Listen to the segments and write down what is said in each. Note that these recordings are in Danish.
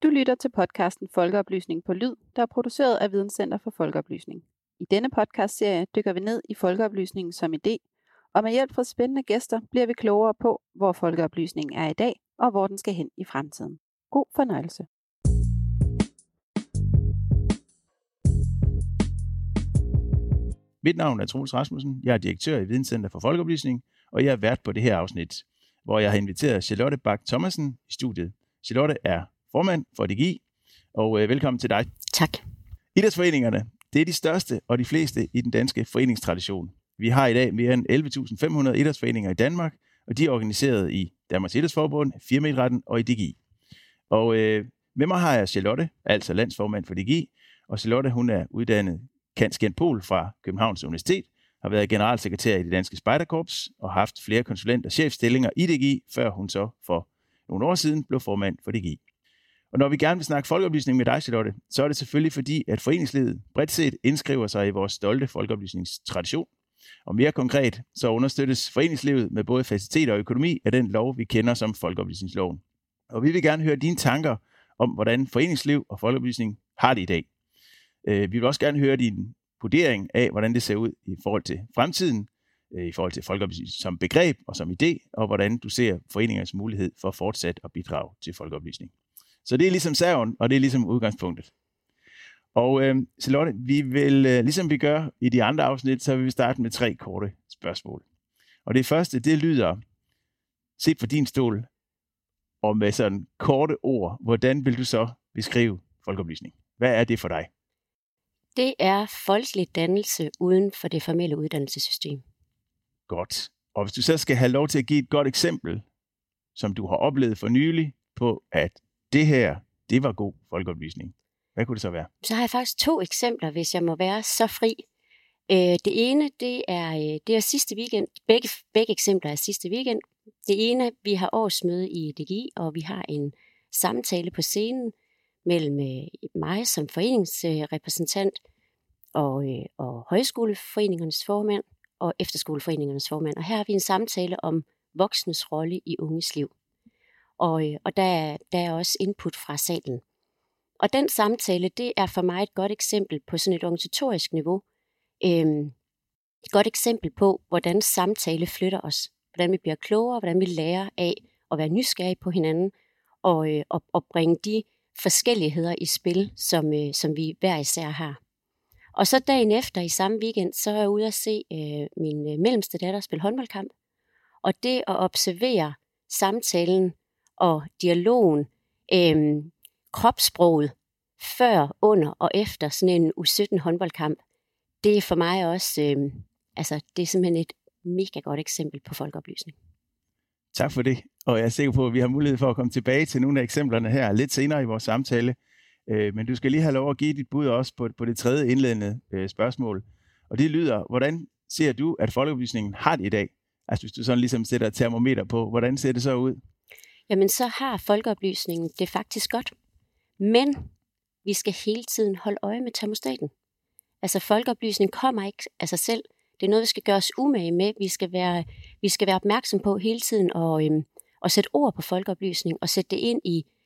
Du lytter til podcasten Folkeoplysning på Lyd, der er produceret af Videnscenter for Folkeoplysning. I denne podcastserie dykker vi ned i folkeoplysningen som idé, og med hjælp fra spændende gæster bliver vi klogere på, hvor folkeoplysningen er i dag, og hvor den skal hen i fremtiden. God fornøjelse. Mit navn er Troels Rasmussen. Jeg er direktør i Videnscenter for Folkeoplysning, og jeg er vært på det her afsnit, hvor jeg har inviteret Charlotte Bach Thomasen i studiet. Charlotte er formand for DGI, og velkommen til dig. Tak. Idrætsforeningerne, det er de største og de fleste i den danske foreningstradition. Vi har i dag mere end 11.500 idrætsforeninger i Danmark, og de er organiseret i Danmarks Idrætsforbund, Firmaidrætten og i DGI. Og med mig har jeg Charlotte, altså landsformand for DGI, og Charlotte hun er uddannet cand.scient. Pol fra Københavns Universitet, har været generalsekretær i det danske spejderkorps og haft flere konsulent- og chefstillinger i DGI, før hun så for nogle år siden blev formand for DGI. Og når vi gerne vil snakke folkeoplysning med dig, Charlotte, så er det selvfølgelig fordi, at foreningslivet bredt set indskriver sig i vores stolte folkeoplysningstradition. Og mere konkret, så understøttes foreningslivet med både faciliteter og økonomi af den lov, vi kender som folkeoplysningsloven. Og vi vil gerne høre dine tanker om, hvordan foreningsliv og folkeoplysning har det i dag. Vi vil også gerne høre din vurdering af, hvordan det ser ud i forhold til fremtiden, i forhold til folkeoplysning som begreb og som idé, og hvordan du ser foreningernes mulighed for fortsat at bidrage til folkeoplysning. Så det er ligesom serven, og det er ligesom udgangspunktet. Og Charlotte, vi vil, ligesom vi gør i de andre afsnit, så vil vi starte med 3 korte spørgsmål. Og det første, det lyder, set fra din stol, og med sådan korte ord, hvordan vil du så beskrive folkeoplysning? Hvad er det for dig? Det er folkelig dannelse uden for det formelle uddannelsessystem. Godt. Og hvis du så skal have lov til at give et godt eksempel, som du har oplevet for nylig, på at det her, det var god folkeoplysning. Hvad kunne det så være? Så har jeg faktisk 2 eksempler, hvis jeg må være så fri. Det ene, det er sidste weekend. Begge eksempler er sidste weekend. Det ene, vi har årsmøde i DGI, og vi har en samtale på scenen mellem mig som foreningsrepræsentant og højskoleforeningernes formand og efterskoleforeningernes formand. Og her har vi en samtale om voksnes rolle i unges liv. Og der er også input fra salen. Og den samtale, det er for mig et godt eksempel på sådan et organisatorisk niveau. Et godt eksempel på, hvordan samtale flytter os. Hvordan vi bliver klogere, hvordan vi lærer af at være nysgerrige på hinanden og bringe de forskelligheder i spil, som vi hver især har. Og så dagen efter i samme weekend, så er jeg ude at se min mellemste datter spille håndboldkamp. Og det at observere samtalen og dialogen, kropssproget, før, under og efter sådan en U17 håndboldkamp, det er for mig også, det er simpelthen et mega godt eksempel på folkeoplysning. Tak for det, og jeg er sikker på, at vi har mulighed for at komme tilbage til nogle af eksemplerne her lidt senere i vores samtale. Men du skal lige have lov at give dit bud også på det tredje indledende spørgsmål. Og det lyder, hvordan ser du, at folkeoplysningen har det i dag? Altså hvis du sådan ligesom sætter et termometer på, hvordan ser det så ud? Jamen så har folkeoplysningen det faktisk godt. Men vi skal hele tiden holde øje med termostaten. Altså folkeoplysning kommer ikke af sig selv. Det er noget, vi skal gøre os umage med. Vi skal være opmærksom på hele tiden og sætte ord på folkeoplysning og sætte det ind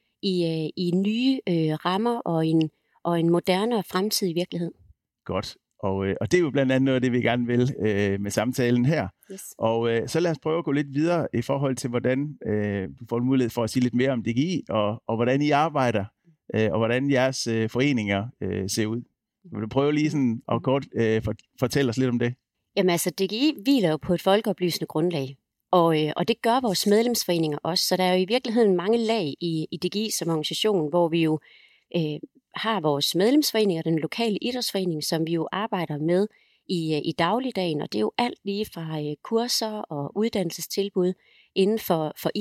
i nye rammer og en moderne fremtidig virkelighed. Godt. Og det er jo blandt andet noget af det, vi gerne vil med samtalen her. Yes. Og så lad os prøve at gå lidt videre i forhold til, hvordan du får mulighed for at sige lidt mere om DGI, og hvordan I arbejder, og hvordan jeres foreninger ser ud. Vil du prøve lige sådan at kort fortælle os lidt om det? Jamen altså, DGI hviler jo på et folkeoplysende grundlag, og det gør vores medlemsforeninger også. Så der er jo i virkeligheden mange lag i DGI som organisation, hvor vi jo har vores medlemsforeninger, den lokale idrætsforening, som vi jo arbejder med i dagligdagen, og det er jo alt lige fra kurser og uddannelsestilbud inden for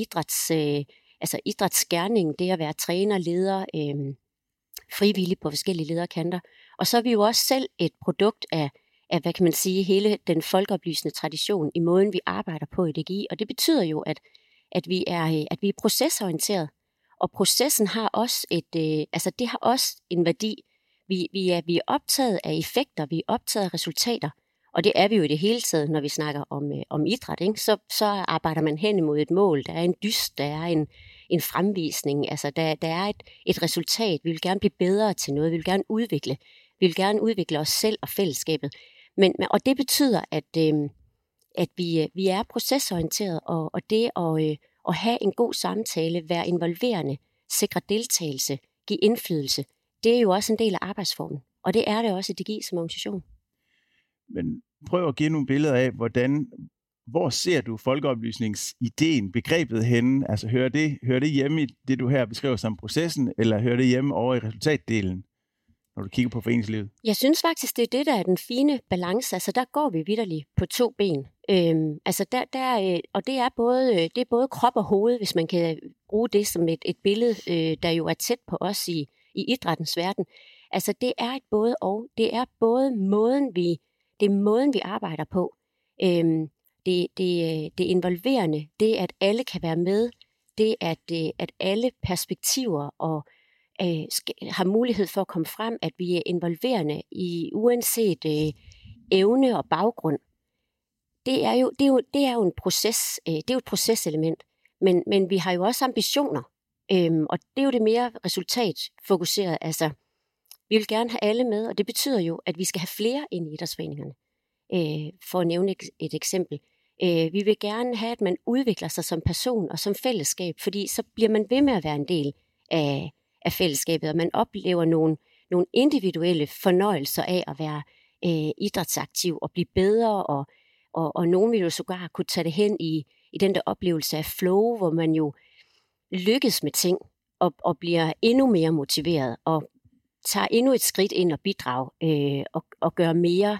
idrætsgerning, det at være træner, leder, frivillig på forskellige lederkanter. Og så er vi jo også selv et produkt af hvad kan man sige, hele den folkeoplysende tradition i måden, vi arbejder på i DGI, og det betyder jo, at vi er procesorienteret. Og processen har også det har også en værdi. Vi er optaget af effekter, vi er optaget af resultater, og det er vi jo i det hele taget, når vi snakker om idræt. Ikke? Så arbejder man hen imod et mål, der er en dyst, der er en fremvisning. Altså, der er et resultat. Vi vil gerne blive bedre til noget. Vi vil gerne udvikle. Vi vil gerne udvikle os selv og fællesskabet. Og det betyder, at vi er procesorienteret, og det at have en god samtale, være involverende, sikre deltagelse, give indflydelse, det er jo også en del af arbejdsformen. Og det er det også i DGI som organisation. Men prøv at give nogle billeder af, hvor ser du folkeoplysningsideen, begrebet henne? Altså hører det hjemme i det, du her beskriver som processen, eller hører det hjemme over i resultatdelen, når du kigger på foreningslivet? Jeg synes faktisk, det er det, der er den fine balance. Altså, der går vi vitterligt på 2 ben. Og det er både krop og hoved, hvis man kan bruge det som et billede, der jo er tæt på os i idrættens verden. Altså, det er et både og. Det er både måden, vi arbejder på. Det involverende, det at alle kan være med, det at alle perspektiver og har mulighed for at komme frem, at vi er involverende i uanset evne og baggrund. Det er jo en proces. Det er jo et proceselement. Men vi har jo også ambitioner, og det er jo det mere resultatfokuseret. Altså, vi vil gerne have alle med, og det betyder jo, at vi skal have flere ind i idrætsforeningerne. For at nævne et eksempel. Vi vil gerne have, at man udvikler sig som person og som fællesskab, fordi så bliver man ved med at være en del af fællesskabet, og man oplever nogle individuelle fornøjelser af at være idrætsaktiv og blive bedre, og nogen vil jo sågar kunne tage det hen i den der oplevelse af flow, hvor man jo lykkes med ting og bliver endnu mere motiveret og tager endnu et skridt ind og bidrage og gør mere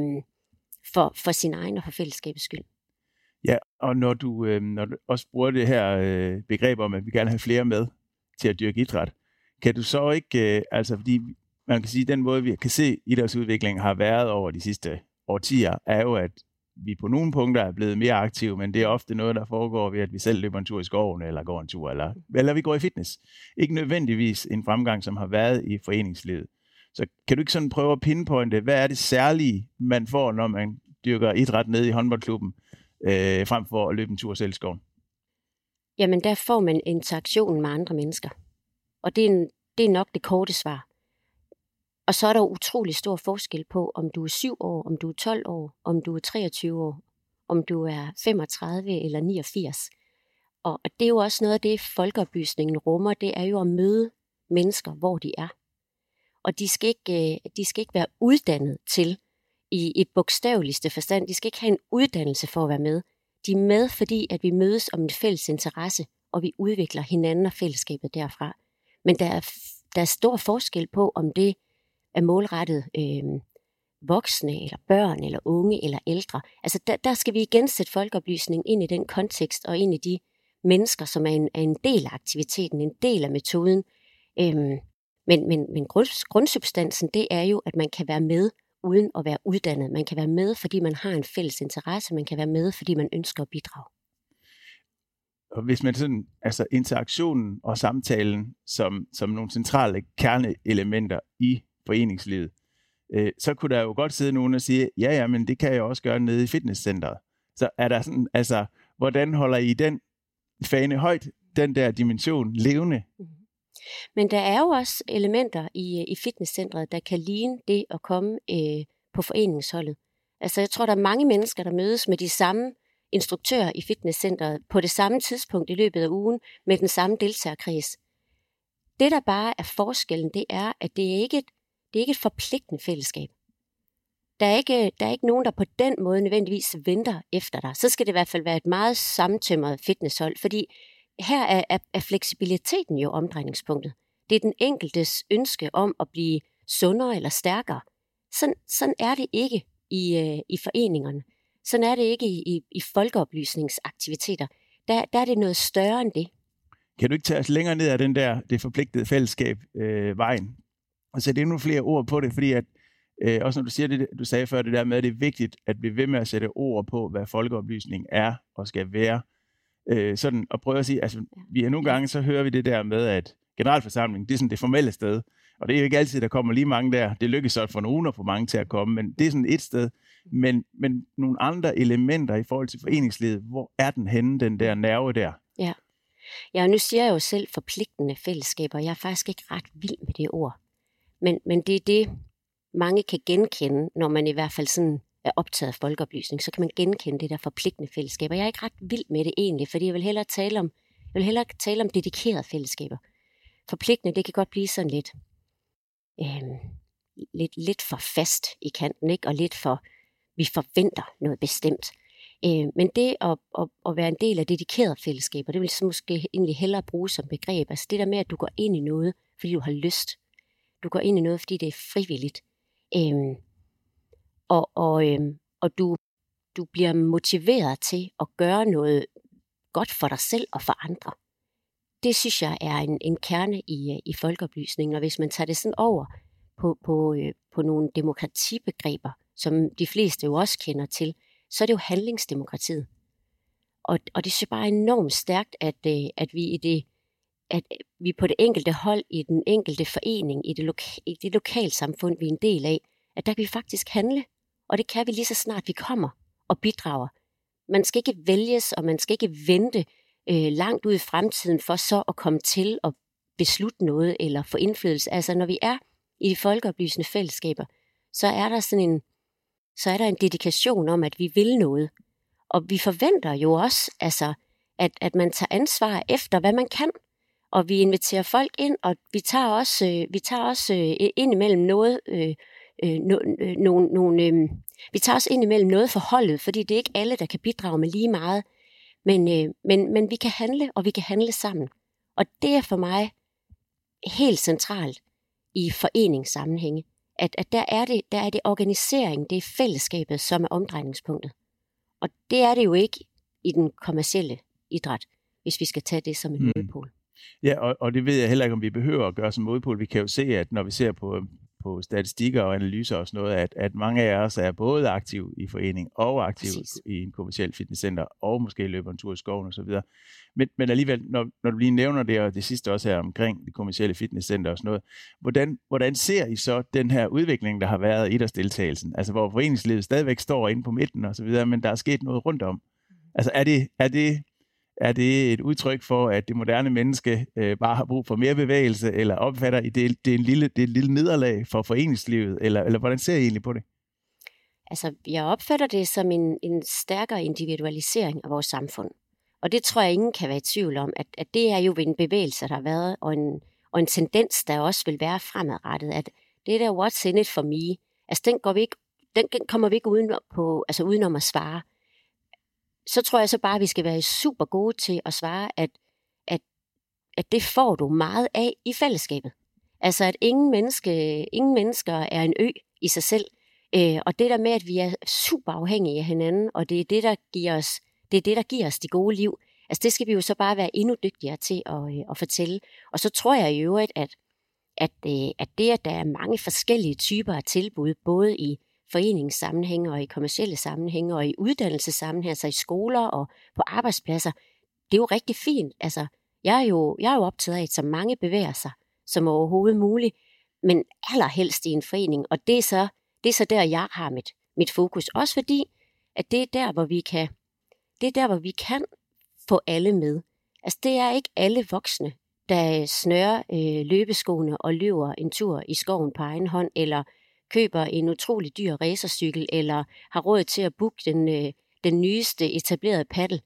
for sin egen og for fællesskabets skyld. Ja, og når du også bruger det her begreb om, at vi gerne have flere med til at dyrke idræt, kan du så ikke, fordi man kan sige, at den måde, vi kan se idrætsudviklingen har været over de sidste årtier, er jo, at vi på nogle punkter er blevet mere aktive, men det er ofte noget, der foregår ved, at vi selv løber en tur i skoven, eller går en tur, eller vi går i fitness. Ikke nødvendigvis en fremgang, som har været i foreningslivet. Så kan du ikke sådan prøve at pinpointe, hvad er det særlige, man får, når man dyrker idræt nede i håndboldklubben, frem for at løbe en tur selv i skoven? Jamen, der får man interaktion med andre mennesker. Og det er nok det korte svar. Og så er der utrolig stor forskel på, om du er 7 år, om du er 12 år, om du er 23 år, om du er 35 eller 89. Og det er jo også noget af det, folkeoplysningen rummer, det er jo at møde mennesker, hvor de er. Og de skal ikke være uddannet til i et bogstaveligste forstand. De skal ikke have en uddannelse for at være med. De er med, fordi at vi mødes om en fælles interesse, og vi udvikler hinanden og fællesskabet derfra. Men der er stor forskel på, om det er målrettet voksne, eller børn, eller unge, eller ældre. Altså der skal vi igen sætte folkeoplysning ind i den kontekst, og ind i de mennesker, som er en del af aktiviteten, en del af metoden. Men grundsubstansen, det er jo, at man kan være med, uden at være uddannet. Man kan være med, fordi man har en fælles interesse. Man kan være med, fordi man ønsker at bidrage. Og hvis man sådan, altså interaktionen og samtalen som nogle centrale kerneelementer i foreningslivet, så kunne der jo godt sidde nogen og sige, ja, men det kan jeg også gøre nede i fitnesscenteret. Så er der sådan, altså, hvordan holder I den fane højt, den der dimension levende? Men der er jo også elementer i fitnesscentret, der kan ligne det at komme på foreningsholdet. Altså jeg tror, der er mange mennesker, der mødes med de samme instruktører i fitnesscentret på det samme tidspunkt i løbet af ugen med den samme deltagerkreds. Det, der bare er forskellen, det er, at det er ikke et forpligtende fællesskab. Der er ikke nogen, der på den måde nødvendigvis venter efter dig. Så skal det i hvert fald være et meget sammentømret fitnesshold, fordi her er fleksibiliteten jo omdrejningspunktet. Det er den enkeltes ønske om at blive sundere eller stærkere. Sådan er det ikke i foreningerne. Sådan er det ikke i folkeoplysningsaktiviteter. Der er det noget større end det. Kan du ikke tage os længere ned af det forpligtede fællesskab vejen? Og sætte endnu flere ord på det, fordi at, også når du siger det, du sagde før det der med, at det er vigtigt, at vi er ved med at sætte ord på, hvad folkeoplysning er og skal være. Sådan at prøve at sige, altså vi er nogle gange, så hører vi det der med, at generalforsamling, det er sådan det formelle sted, og det er jo ikke altid, der kommer lige mange der. Det lykkes så for nogen og for mange til at komme, men det er sådan et sted. Men nogle andre elementer i forhold til foreningslivet, hvor er den henne, den der nerve der? Ja, Ja, og nu siger jeg jo selv forpligtende fællesskaber. Jeg er faktisk ikke ret vild med det ord. Men det er det, mange kan genkende, når man i hvert fald sådan er optaget af folkeoplysning. Så kan man genkende det der forpligtende fællesskaber. Jeg er ikke ret vild med det egentlig, fordi jeg vil hellere tale om dedikerede fællesskaber. Forpligtende, det kan godt blive sådan lidt for fast i kanten, ikke? Og lidt for, vi forventer noget bestemt. Men det at være en del af dedikerede fællesskaber, det vil så måske egentlig hellere bruge som begreb. Altså det der med, at du går ind i noget, fordi du har lyst. Du går ind i noget, fordi det er frivilligt. Og du bliver motiveret til at gøre noget godt for dig selv og for andre. Det synes jeg er en kerne i folkeoplysningen, og hvis man tager det sådan over på nogle demokratibegreber, som de fleste jo også kender til, så er det jo handlingsdemokratiet. Og det synes jeg bare er enormt stærkt, at vi på det enkelte hold, i den enkelte forening, i det lokalsamfund, vi er en del af, at der kan vi faktisk handle, og det kan vi lige så snart vi kommer og bidrager. Man skal ikke vælges, og man skal ikke vente langt ud i fremtiden for så at komme til at beslutte noget eller få indflydelse. Altså når vi er i de folkeoplysende fællesskaber, så er der en dedikation om, at vi vil noget. Og vi forventer jo også, altså, at man tager ansvar efter, hvad man kan. Og vi inviterer folk ind, og vi tager også indimellem noget, vi tager også indimellem noget for holdet, fordi det er ikke alle, der kan bidrage med lige meget. Men vi kan handle, og vi kan handle sammen. Og det er for mig helt centralt i foreningssammenhænge, at der er det organisering, det er fællesskabet, som er omdrejningspunktet. Og det er det jo ikke i den kommercielle idræt, hvis vi skal tage det som en modpol. Ja, og det ved jeg heller ikke, om vi behøver at gøre som modpol. Vi kan jo se, at når vi ser på statistikker og analyser og sådan noget, at mange af os er både aktive i forening og aktive i en kommerciel fitnesscenter, og måske løber en tur i skoven og så videre. Men alligevel, når du lige nævner det, og det sidste også her omkring det kommercielle fitnesscenter og sådan noget, hvordan ser I så den her udvikling, der har været i idrætsdeltagelsen? Altså hvor foreningslivet stadigvæk står inde på midten og så videre, men der er sket noget rundt om. Altså er det et udtryk for, at det moderne menneske bare har brug for mere bevægelse, eller opfatter I det er et lille nederlag for foreningslivet, eller hvordan ser I egentlig på det? Altså, jeg opfatter det som en stærkere individualisering af vores samfund. Og det tror jeg, ingen kan være i tvivl om, at det er jo en bevægelse, der har været, og en tendens, der også vil være fremadrettet, at det der what's in it for me, altså den kommer vi ikke udenom at svare. Så tror jeg så bare, at vi skal være super gode til at svare, at det får du meget af i fællesskabet. Altså, at ingen mennesker er en ø i sig selv. Og det der med, at vi er super afhængige af hinanden, og det er det, der giver os de gode liv. Altså, det skal vi jo så bare være endnu dygtigere til at fortælle. Og så tror jeg i øvrigt, at der er mange forskellige typer af tilbud, både i foreningssammenhænge og i kommercielle sammenhænge og i uddannelsessammenhænge, altså i skoler og på arbejdspladser. Det er jo rigtig fint. Altså, jeg er jo optaget af, at så mange bevæger sig som overhovedet muligt, men allerhelst i en forening. Og det er så der, jeg har mit fokus. Også fordi, at det er der, hvor vi kan få alle med. Altså, det er ikke alle voksne, der snører løbeskoene og løber en tur i skoven på egen hånd, eller køber en utrolig dyr racercykel, eller har råd til at booke den nyeste etablerede paddle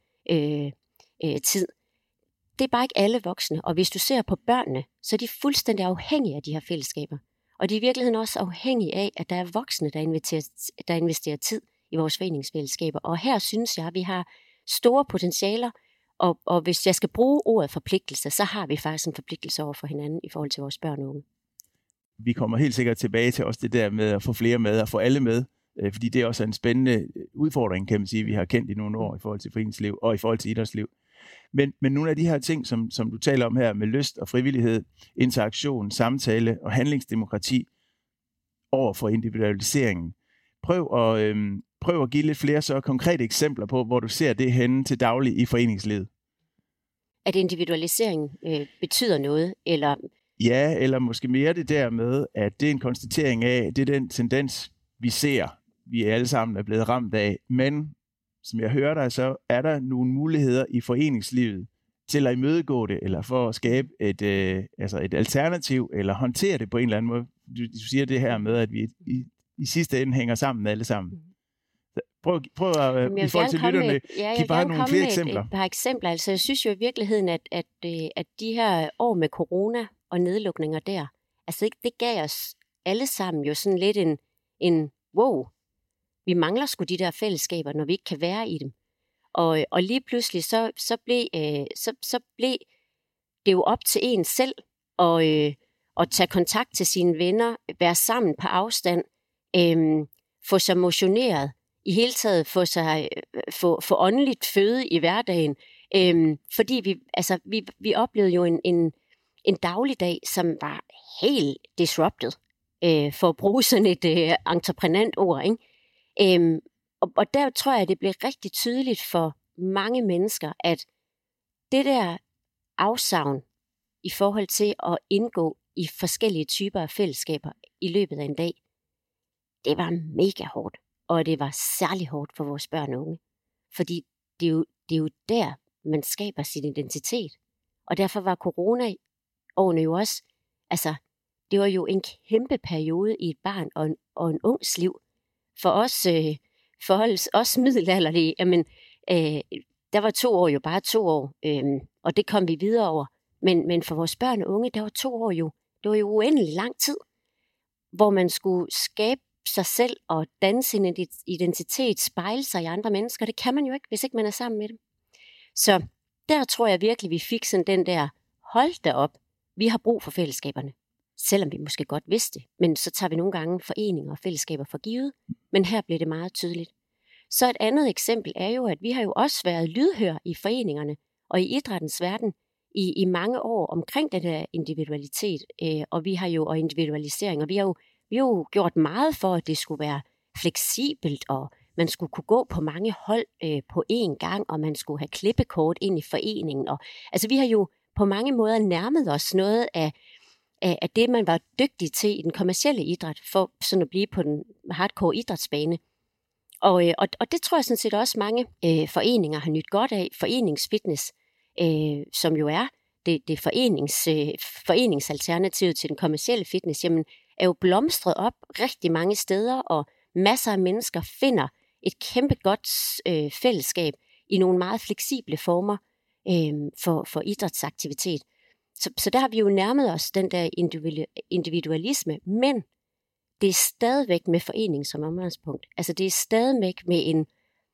tid. Det er bare ikke alle voksne, og hvis du ser på børnene, så er de fuldstændig afhængige af de her fællesskaber. Og de er i virkeligheden også afhængige af, at der er voksne, der investerer tid i vores foreningsfællesskaber. Og her synes jeg, at vi har store potentialer, og hvis jeg skal bruge ordet forpligtelse, så har vi faktisk en forpligtelse over for hinanden i forhold til vores børn og unge. Vi kommer helt sikkert tilbage til også det der med at få flere med og få alle med, fordi det er også en spændende udfordring, kan man sige, vi har kendt i nogle år i forhold til foreningsliv og i forhold til idrætsliv. Men nogle af de her ting, som du taler om her med lyst og frivillighed, interaktion, samtale og handlingsdemokrati over for individualiseringen. Prøv at give lidt flere så konkrete eksempler på, hvor du ser det henne til daglig i foreningslivet. At individualisering betyder noget, eller... Ja, eller måske mere det der med, at det er en konstatering af, det er den tendens, vi ser, vi alle sammen er blevet ramt af. Men, som jeg hører dig, så er der nogle muligheder i foreningslivet, til at imødegå det, eller for at skabe et alternativ, eller håndtere det på en eller anden måde? Du siger det her med, at vi i sidste ende hænger sammen alle sammen. Prøv at i forhold til lytterne, giv bare nogle flere eksempler. Et par eksempler. Altså, jeg synes jo i virkeligheden, at de her år med corona og nedlukninger der, altså det gav os alle sammen jo sådan lidt en wow, vi mangler sgu de der fællesskaber, når vi ikke kan være i dem. Og lige pludselig så blev det jo op til en selv at tage kontakt til sine venner, være sammen på afstand, få sig motioneret, i hele taget få åndeligt føde i hverdagen. Fordi vi oplevede jo en dagligdag, som var helt disrupted, for at bruge sådan et entreprenant ord, ikke? Og der tror jeg, det blev rigtig tydeligt for mange mennesker, at det der afsavn i forhold til at indgå i forskellige typer af fællesskaber i løbet af en dag, det var mega hårdt. Og det var særlig hårdt for vores børn og unge. Fordi det er jo der, man skaber sin identitet. Og derfor var corona-årene jo også, altså det var jo en kæmpe periode i et barn og en ungs liv. For os middelalderlige, jamen, der var 2 år jo bare 2 år, og det kom vi videre over. Men for vores børn og unge, der var 2 år jo, det var jo uendelig lang tid, hvor man skulle skabe sig selv og danne sin identitet, spejle sig i andre mennesker. Det kan man jo ikke, hvis ikke man er sammen med dem. Så der tror jeg virkelig, vi fik sådan den der, hold da op, vi har brug for fællesskaberne. Selvom vi måske godt vidste det, men så tager vi nogle gange foreninger og fællesskaber for givet. Men her blev det meget tydeligt. Så et andet eksempel er jo, at vi har jo også været lydhør i foreningerne og i idrættens verden i mange år omkring den her individualitet, og vi har jo og individualisering, og vi har jo gjort meget for, at det skulle være fleksibelt, og man skulle kunne gå på mange hold på én gang, og man skulle have klippekort ind i foreningen. Og, altså vi har jo på mange måder nærmet os noget af det, man var dygtig til i den kommercielle idræt, for sådan at blive på den hardcore idrætsbane. Og det tror jeg sådan set også mange foreninger har nydt godt af. Foreningsfitness, som jo er det foreningsalternativet til den kommercielle fitness, jamen, er jo blomstret op rigtig mange steder, og masser af mennesker finder et kæmpe godt fællesskab i nogle meget fleksible former for idrætsaktivitet. Så der har vi jo nærmet os den der individualisme, men det er stadigvæk med forening som omgangspunkt. Altså det er stadigvæk med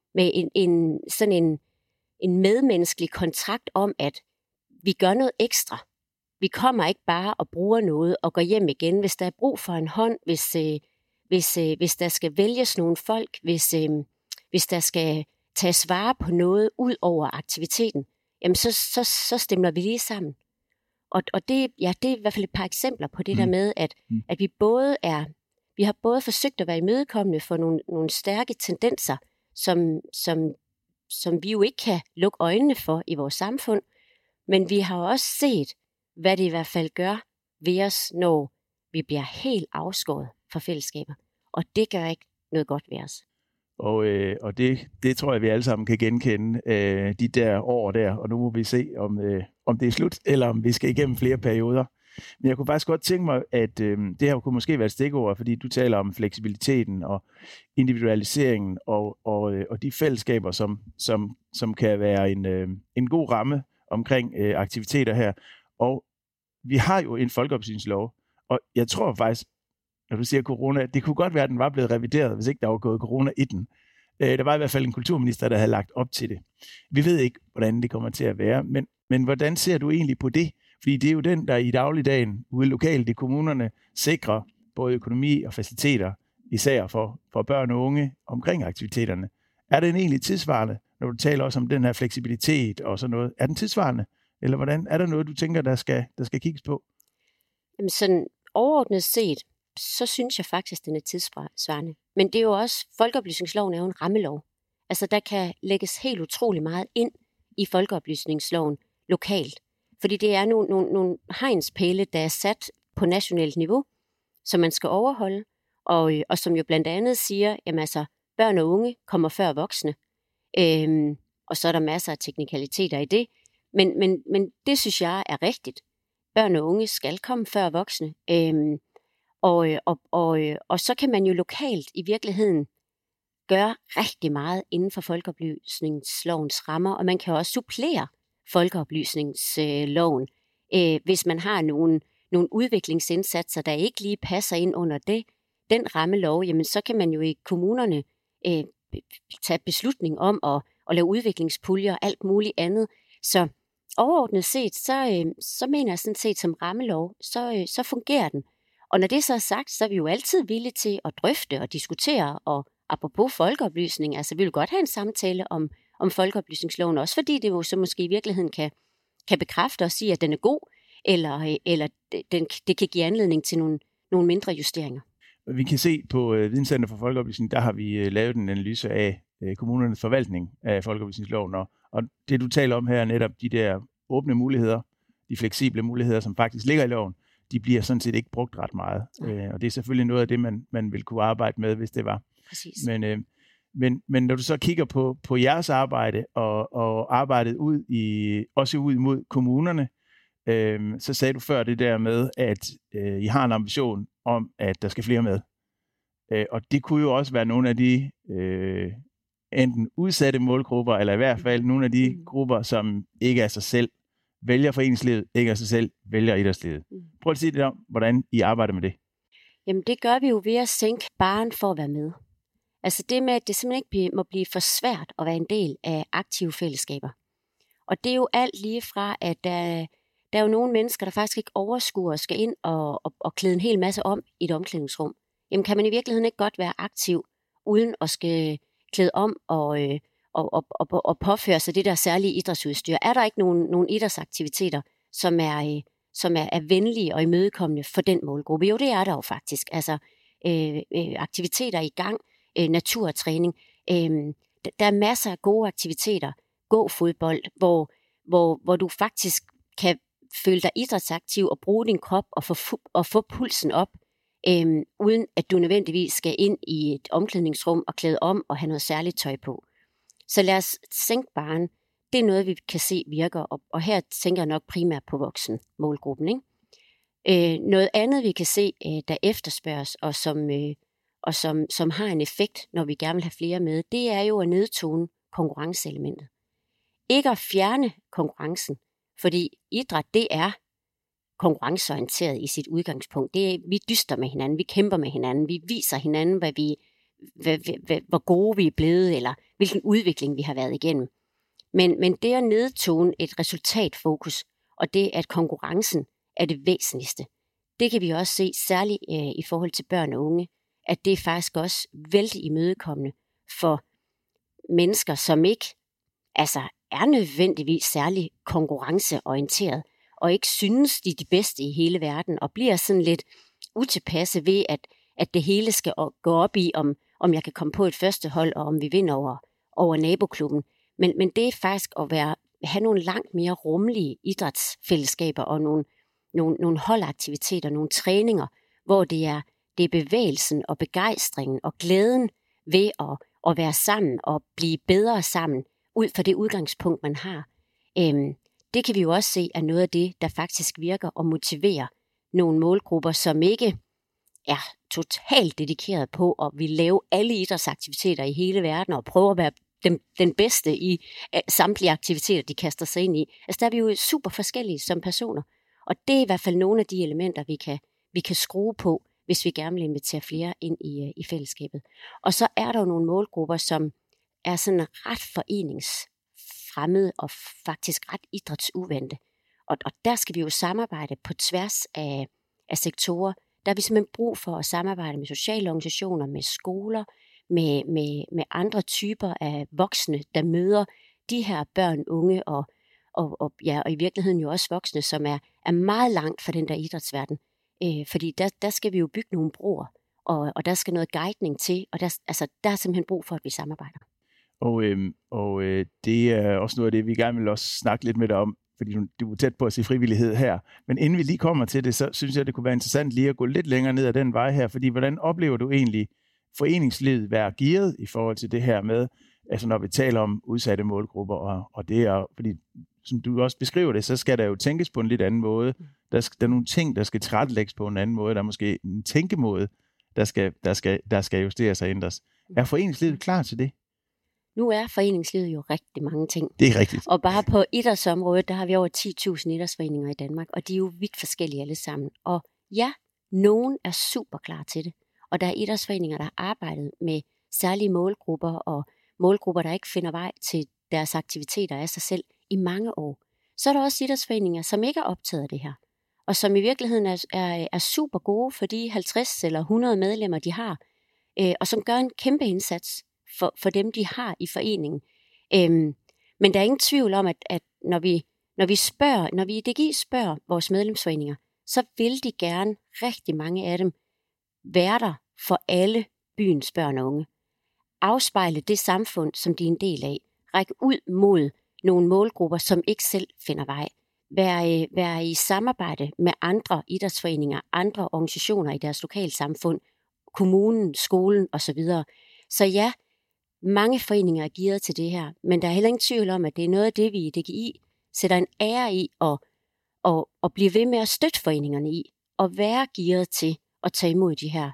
en medmenneskelig kontrakt om, at vi gør noget ekstra. Vi kommer ikke bare og bruger noget og går hjem igen, hvis der er brug for en hånd, hvis der skal vælges nogle folk, hvis der skal tages vare på noget ud over aktiviteten, jamen så stemmer vi lige sammen. Og det er i hvert fald et par eksempler på det der med, at vi har både forsøgt at være imødekommende for nogle stærke tendenser, som vi jo ikke kan lukke øjnene for i vores samfund, men vi har også set, hvad det i hvert fald gør ved os, når vi bliver helt afskåret fra fællesskaber. Og det gør ikke noget godt ved os. Og det tror jeg, vi alle sammen kan genkende, de der år der, og nu må vi se, om det er slut, eller om vi skal igennem flere perioder. Men jeg kunne faktisk godt tænke mig, at det her kunne måske være et stikord, fordi du taler om fleksibiliteten og individualiseringen og de fællesskaber, som kan være en god ramme omkring aktiviteter her. Og vi har jo en folkeoplysningslov, og jeg tror faktisk, når du siger corona, det kunne godt være, at den var blevet revideret, hvis ikke der var gået corona i den. Der var i hvert fald en kulturminister, der havde lagt op til det. Vi ved ikke, hvordan det kommer til at være, men hvordan ser du egentlig på det? Fordi det er jo den, der i dagligdagen ude lokalt i kommunerne sikrer både økonomi og faciliteter, især for børn og unge omkring aktiviteterne. Er den egentlig tidsvarende, når du taler også om den her fleksibilitet og sådan noget? Er den tidsvarende? Eller hvordan? Er der noget, du tænker, der skal kigges på? Jamen sådan overordnet set, så synes jeg faktisk, den er tidsvarende. Men det er jo også, folkeoplysningsloven er jo en rammelov. Altså der kan lægges helt utrolig meget ind i folkeoplysningsloven lokalt. Fordi det er nogle hegnspæle, der er sat på nationalt niveau, som man skal overholde, og som jo blandt andet siger, jamen altså, børn og unge kommer før voksne, og så er der masser af teknikaliteter i det, Men det synes jeg er rigtigt. Børn og unge skal komme før voksne. Og så kan man jo lokalt i virkeligheden gøre rigtig meget inden for folkeoplysningslovens rammer, og man kan også supplere folkeoplysningsloven, hvis man har nogle udviklingsindsatser, der ikke lige passer ind under den rammelov, jamen så kan man jo i kommunerne tage beslutning om at lave udviklingspuljer og alt muligt andet. Så overordnet set, så mener jeg sådan set som rammelov, så fungerer den. Og når det så er sagt, så er vi jo altid villige til at drøfte og diskutere, og apropos folkeoplysning, altså vi vil godt have en samtale om folkeoplysningsloven, også fordi det jo så måske i virkeligheden kan bekræfte og sige, at den er god, eller det kan give anledning til nogle mindre justeringer. Vi kan se på Videnscenter for Folkeoplysning, der har vi lavet en analyse af kommunernes forvaltning af folkeoplysningsloven, og det du taler om her er netop de der åbne muligheder, de fleksible muligheder, som faktisk ligger i loven, de bliver sådan set ikke brugt ret meget. Og det er selvfølgelig noget af det, man vil kunne arbejde med, hvis det var. Præcis. Men når du så kigger på jeres arbejde og arbejdet også ud mod kommunerne, så sagde du før det der med, at I har en ambition om, at der skal flere med. Og det kunne jo også være nogle af de enten udsatte målgrupper, eller i hvert fald nogle af de grupper, som ikke af sig selv vælger foreningslivet, ikke af sig selv vælger idrætslivet. Prøv at sige lidt om, hvordan I arbejder med det. Jamen det gør vi jo ved at sænke barren for at være med. Altså det med, at det simpelthen ikke må blive for svært at være en del af aktive fællesskaber. Og det er jo alt lige fra, at der er jo nogle mennesker, der faktisk ikke overskuer og skal ind og klæde en hel masse om i et omklædningsrum. Jamen kan man i virkeligheden ikke godt være aktiv, uden at skal klæde om og påføre sig det der særlige idrætsudstyr? Er der ikke nogen idrætsaktiviteter, som er venlige og imødekommende for den målgruppe? Jo, det er der jo faktisk. Altså aktiviteter i gang, naturtræning. Der er masser af gode aktiviteter. Gå fodbold, hvor du faktisk kan føle dig idrætsaktiv og bruge din krop og få pulsen op, uden at du nødvendigvis skal ind i et omklædningsrum og klæde om og have noget særligt tøj på. Så lad os sænke barren. Det er noget, vi kan se virker, og her tænker jeg nok primært på voksen målgruppen. Ikke? Noget andet, vi kan se, der efterspørges, og som har en effekt, når vi gerne vil have flere med, det er jo at nedtone konkurrenceelementet. Ikke at fjerne konkurrencen, fordi idræt, det er konkurrenceorienteret i sit udgangspunkt. Vi dyster med hinanden, vi kæmper med hinanden, vi viser hinanden, hvor gode vi er blevet, eller hvilken udvikling vi har været igennem. Men det at nedtone et resultatfokus, og det at konkurrencen er det væsentligste, det kan vi også se særligt i forhold til børn og unge, at det er faktisk også vældig imødekommende for mennesker, som ikke er nødvendigvis særlig konkurrenceorienteret, og ikke synes, de er de bedste i hele verden, og bliver sådan lidt utilpasse ved, at det hele skal gå op i, om jeg kan komme på et første hold, og om vi vinder over naboklubben. Men det er faktisk at have nogle langt mere rummelige idrætsfællesskaber, og nogle holdaktiviteter, nogle træninger, hvor det er bevægelsen og begejstringen og glæden ved at være sammen og blive bedre sammen, ud fra det udgangspunkt, man har. Det kan vi jo også se er noget af det, der faktisk virker og motiverer nogle målgrupper, som ikke er totalt dedikeret på at ville lave alle idrætsaktiviteter i hele verden og prøve at være den bedste i samtlige aktiviteter, de kaster sig ind i. Altså der er vi jo super forskellige som personer, og det er i hvert fald nogle af de elementer, vi kan skrue på, hvis vi gerne vil invitere flere ind i fællesskabet. Og så er der jo nogle målgrupper, som er sådan ret foreningsfremmede og faktisk ret idrætsuvante. Og der skal vi jo samarbejde på tværs af sektorer. Der har vi simpelthen brug for at samarbejde med sociale organisationer, med skoler, med andre typer af voksne, der møder de her børn, unge og i virkeligheden jo også voksne, som er meget langt fra den der idrætsverden. Fordi der skal vi jo bygge nogle broer, og der skal noget guidning til, og der er simpelthen brug for, at vi samarbejder. Og det er også noget af det, vi gerne vil også snakke lidt med dig om, fordi du er tæt på at se frivillighed her. Men inden vi lige kommer til det, så synes jeg, det kunne være interessant lige at gå lidt længere ned ad den vej her, fordi hvordan oplever du egentlig foreningslivet være gearet i forhold til det her med, altså når vi taler om udsatte målgrupper, og det er, fordi som du også beskriver det, så skal der jo tænkes på en lidt anden måde. Der er nogle ting, der skal tilrettelægges på en anden måde. Der er måske en tænkemåde, der skal justeres og ændres. Er foreningslivet klar til det? Nu er foreningslivet jo rigtig mange ting. Det er rigtigt. Og bare på idrætsområdet, der har vi over 10.000 idrætsforeninger i Danmark, og de er jo vidt forskellige alle sammen. Og ja, nogen er super klar til det. Og der er idrætsforeninger, der har arbejdet med særlige målgrupper, og målgrupper, der ikke finder vej til deres aktiviteter af sig selv i mange år. Så er der også idrætsforeninger, som ikke er optaget af det her, og som i virkeligheden er super gode for de 50 eller 100 medlemmer, de har, og som gør en kæmpe indsats for dem, de har i foreningen. Men der er ingen tvivl om, at når vi i DGI spørger vores medlemsforeninger, så vil de gerne, rigtig mange af dem, være der for alle byens børn og unge. Afspejle det samfund, som de er en del af. Række ud mod nogle målgrupper, som ikke selv finder vej. Være i samarbejde med andre idrætsforeninger, andre organisationer i deres lokalsamfund, kommunen, skolen osv. Så ja, mange foreninger er gearet til det her, men der er heller ingen tvivl om, at det er noget af det, vi i DGI sætter en ære i og blive ved med at støtte foreningerne i, og være gearet til at tage imod de her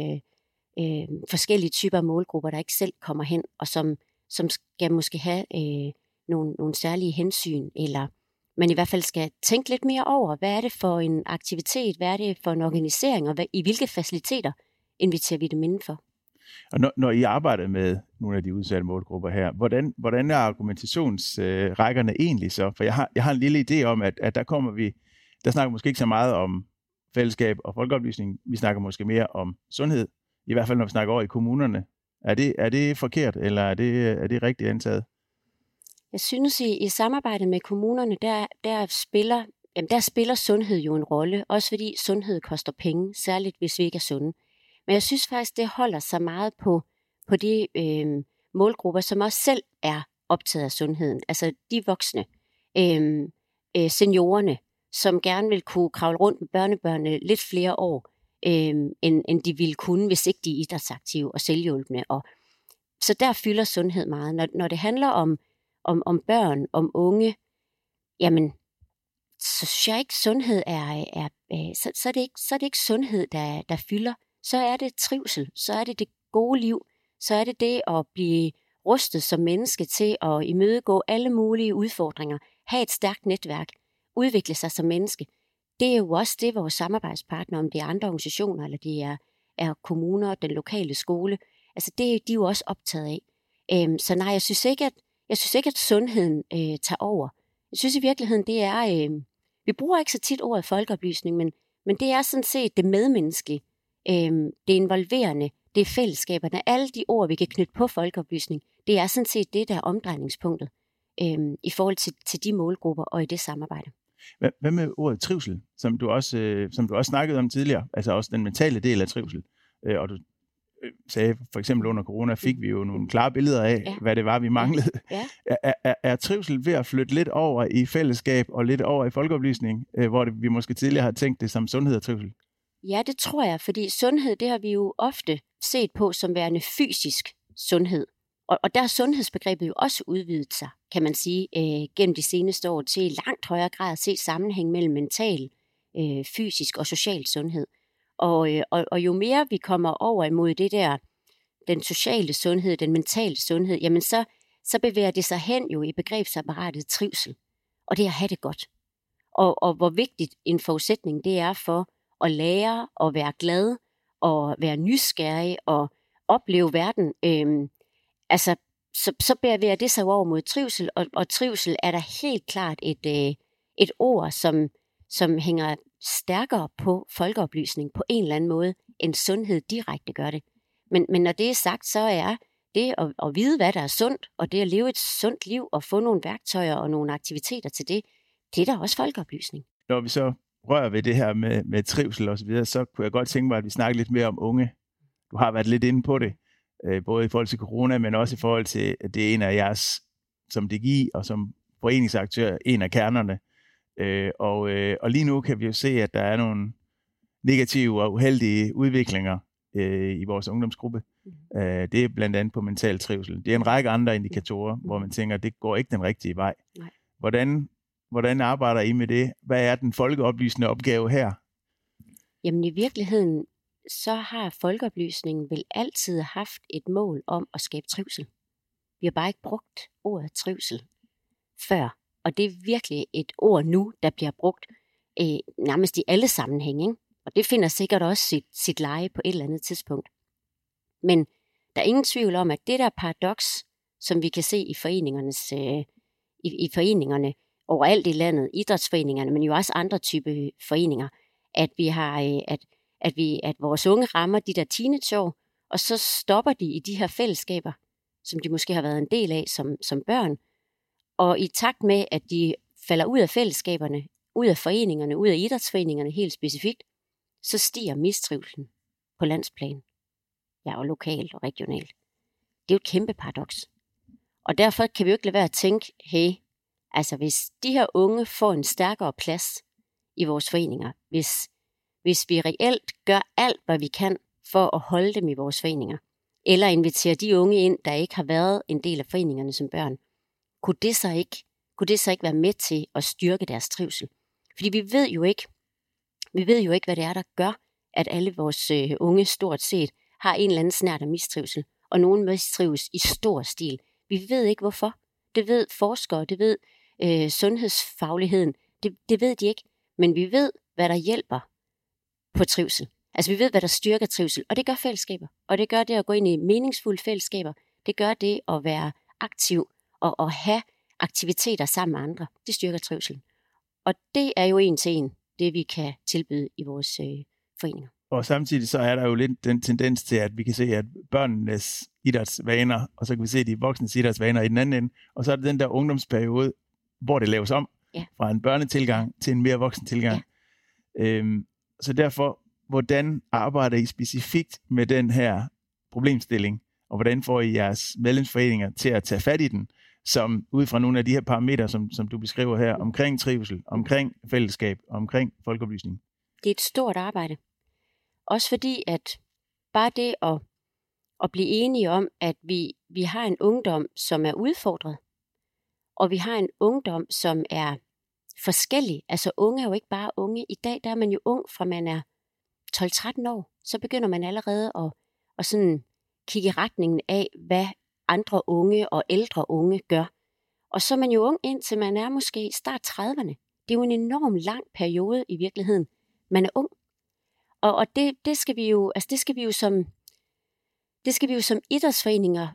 forskellige typer af målgrupper, der ikke selv kommer hen, og som skal måske have nogle særlige hensyn, eller man i hvert fald skal tænke lidt mere over, hvad er det for en aktivitet, hvad er det for en organisering, og i hvilke faciliteter inviterer vi dem indenfor. Og når I arbejder med nogle af de udsatte målgrupper her, hvordan er argumentationsrækkerne egentlig så? For jeg har en lille idé om, at der snakker måske ikke så meget om fællesskab og folkeoplysning. Vi snakker måske mere om sundhed, i hvert fald når vi snakker over i kommunerne. Er det forkert, eller er det rigtigt antaget? Jeg synes, i samarbejde med kommunerne, der spiller sundhed jo en rolle, også fordi sundhed koster penge, særligt hvis vi ikke er sunde. Men jeg synes faktisk, det holder sig meget på de målgrupper, som også selv er optaget af sundheden. Altså de voksne, seniorerne, som gerne vil kunne kravle rundt med børnebørnene lidt flere år, end de ville kunne, hvis ikke de er idrætsaktive og selvhjulpende. Så der fylder sundhed meget. Når det handler om børn, om unge, jamen, så synes jeg ikke, sundhed så er det ikke sundhed, der fylder. Så er det trivsel, så er det gode liv, så er det at blive rustet som menneske til at imødegå alle mulige udfordringer, have et stærkt netværk, udvikle sig som menneske. Det er jo også det, vores samarbejdspartnere, om det er andre organisationer, eller det er kommuner, den lokale skole, altså det er de jo også optaget af. Så nej, jeg synes ikke, at sundheden tager over. Jeg synes i virkeligheden, det er, vi bruger ikke så tit ordet folkeoplysning, men det er sådan set det medmenneskelige, det involverende, det er fællesskaberne, alle de ord, vi kan knytte på folkeoplysning, det er sådan set det, der er omdrejningspunktet i forhold til de målgrupper og i det samarbejde. Hvad med ordet trivsel, som du også snakkede om tidligere, altså også den mentale del af trivsel, og du sagde for eksempel under corona fik vi jo nogle klare billeder af, hvad det var, vi manglede. Ja. Er trivsel ved at flytte lidt over i fællesskab og lidt over i folkeoplysning, hvor vi måske tidligere har tænkt det som sundhed og trivsel? Ja, det tror jeg, fordi sundhed, det har vi jo ofte set på som værende fysisk sundhed. Og der har sundhedsbegrebet jo også udvidet sig, kan man sige, gennem de seneste år til i langt højere grad at se sammenhæng mellem mental, fysisk og social sundhed. Og jo mere vi kommer over imod det der, den sociale sundhed, den mentale sundhed, jamen så bevæger det sig hen jo i begrebsapparatet trivsel. Og det er at have det godt. Og hvor vigtigt en forudsætning det er for at lære og være glad og være nysgerrig og opleve verden. Så bevæger det sig over mod trivsel, og trivsel er der helt klart et ord, som hænger stærkere på folkeoplysning på en eller anden måde, end sundhed direkte gør det. Men når det er sagt, så er det at vide, hvad der er sundt, og det at leve et sundt liv og få nogle værktøjer og nogle aktiviteter til det, det er da også folkeoplysning. Når vi så rører ved det her med trivsel og så videre, så kunne jeg godt tænke mig, at vi snakker lidt mere om unge. Du har været lidt inde på det, både i forhold til corona, men også i forhold til, at det er en af jeres, som DGI og som foreningsaktør, en af kernerne. Og lige nu kan vi jo se, at der er nogle negative og uheldige udviklinger i vores ungdomsgruppe. Det er blandt andet på mental trivsel. Det er en række andre indikatorer, hvor man tænker, at det går ikke den rigtige vej. Nej. Hvordan Hvordan arbejder I med det? Hvad er den folkeoplysende opgave her? Jamen i virkeligheden, så har folkeoplysningen vel altid haft et mål om at skabe trivsel. Vi har bare ikke brugt ordet trivsel før. Og det er virkelig et ord nu, der bliver brugt nærmest i alle sammenhænge. Ikke? Og det finder sikkert også sit leje på et eller andet tidspunkt. Men der er ingen tvivl om, at det der paradoks, som vi kan se i i foreningerne overalt i landet, idrætsforeningerne, men jo også andre typer foreninger, at vi har, at vores unge rammer de der teenageår, og så stopper de i de her fællesskaber, som de måske har været en del af som børn. Og i takt med, at de falder ud af fællesskaberne, ud af foreningerne, ud af idrætsforeningerne helt specifikt, så stiger mistrivselen på landsplan. Ja, og lokalt og regionalt. Det er jo et kæmpe paradoks. Og derfor kan vi jo ikke lade være at tænke, hey, altså hvis de her unge får en stærkere plads i vores foreninger, hvis vi reelt gør alt, hvad vi kan for at holde dem i vores foreninger, eller invitere de unge ind, der ikke har været en del af foreningerne som børn, kunne det så ikke være med til at styrke deres trivsel? Fordi vi ved jo ikke, hvad det er, der gør, at alle vores unge stort set har en eller anden snert af mistrivsel, og nogen mistrives i stor stil. Vi ved ikke hvorfor. Det ved forskere, det ved sundhedsfagligheden, det ved de ikke. Men vi ved, hvad der hjælper på trivsel. Altså vi ved, hvad der styrker trivsel, og det gør fællesskaber. Og det gør det at gå ind i meningsfulde fællesskaber. Det gør det at være aktiv og have aktiviteter sammen med andre. Det styrker trivsel. Og det er jo en til en, det vi kan tilbyde i vores foreninger. Og samtidig så er der jo lidt den tendens til, at vi kan se, at børnenes idrætsvaner, og så kan vi se de voksnes idrætsvaner i den anden ende, og så er det den der ungdomsperiode, hvor det laves om fra en børnetilgang til en mere voksen tilgang. Ja. Så derfor, hvordan arbejder I specifikt med den her problemstilling, og hvordan får I jeres medlemsforeninger til at tage fat i den, som ud fra nogle af de her parametre, som du beskriver her, omkring trivsel, omkring fællesskab, omkring folkeoplysning? Det er et stort arbejde. Også fordi, at bare det at blive enige om, at vi har en ungdom, som er udfordret, og vi har en ungdom, som er forskellig. Altså unge er jo ikke bare unge. I dag der er man jo ung, fra man er 12-13 år. Så begynder man allerede at sådan kigge i retningen af, hvad andre unge og ældre unge gør. Og så er man jo ung, indtil man er måske start 30'erne. Det er jo en enorm lang periode i virkeligheden. Man er ung. Og det skal vi jo som idrætsforeninger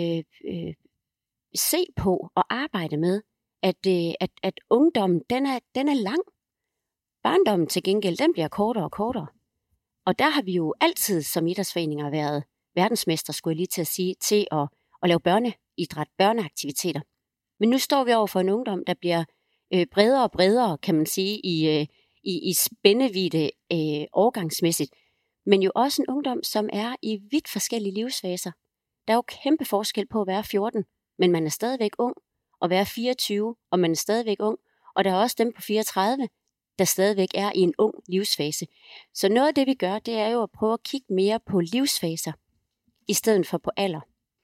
se på og arbejde med, at ungdommen, den er lang. Barndommen til gengæld, den bliver kortere og kortere. Og der har vi jo altid som idrætsforeninger været verdensmester, skulle jeg lige til at sige, til at lave børneidræt, børneaktiviteter. Men nu står vi over for en ungdom, der bliver bredere og bredere, kan man sige, i spændevidde årgangsmæssigt. Men jo også en ungdom, som er i vidt forskellige livsfaser. Der er jo kæmpe forskel på at være 14, men man er stadigvæk ung, og være 24, og man er stadigvæk ung. Og der er også dem på 34, der stadigvæk er i en ung livsfase. Så noget af det, vi gør, det er jo at prøve at kigge mere på livsfaser, i stedet for på alder.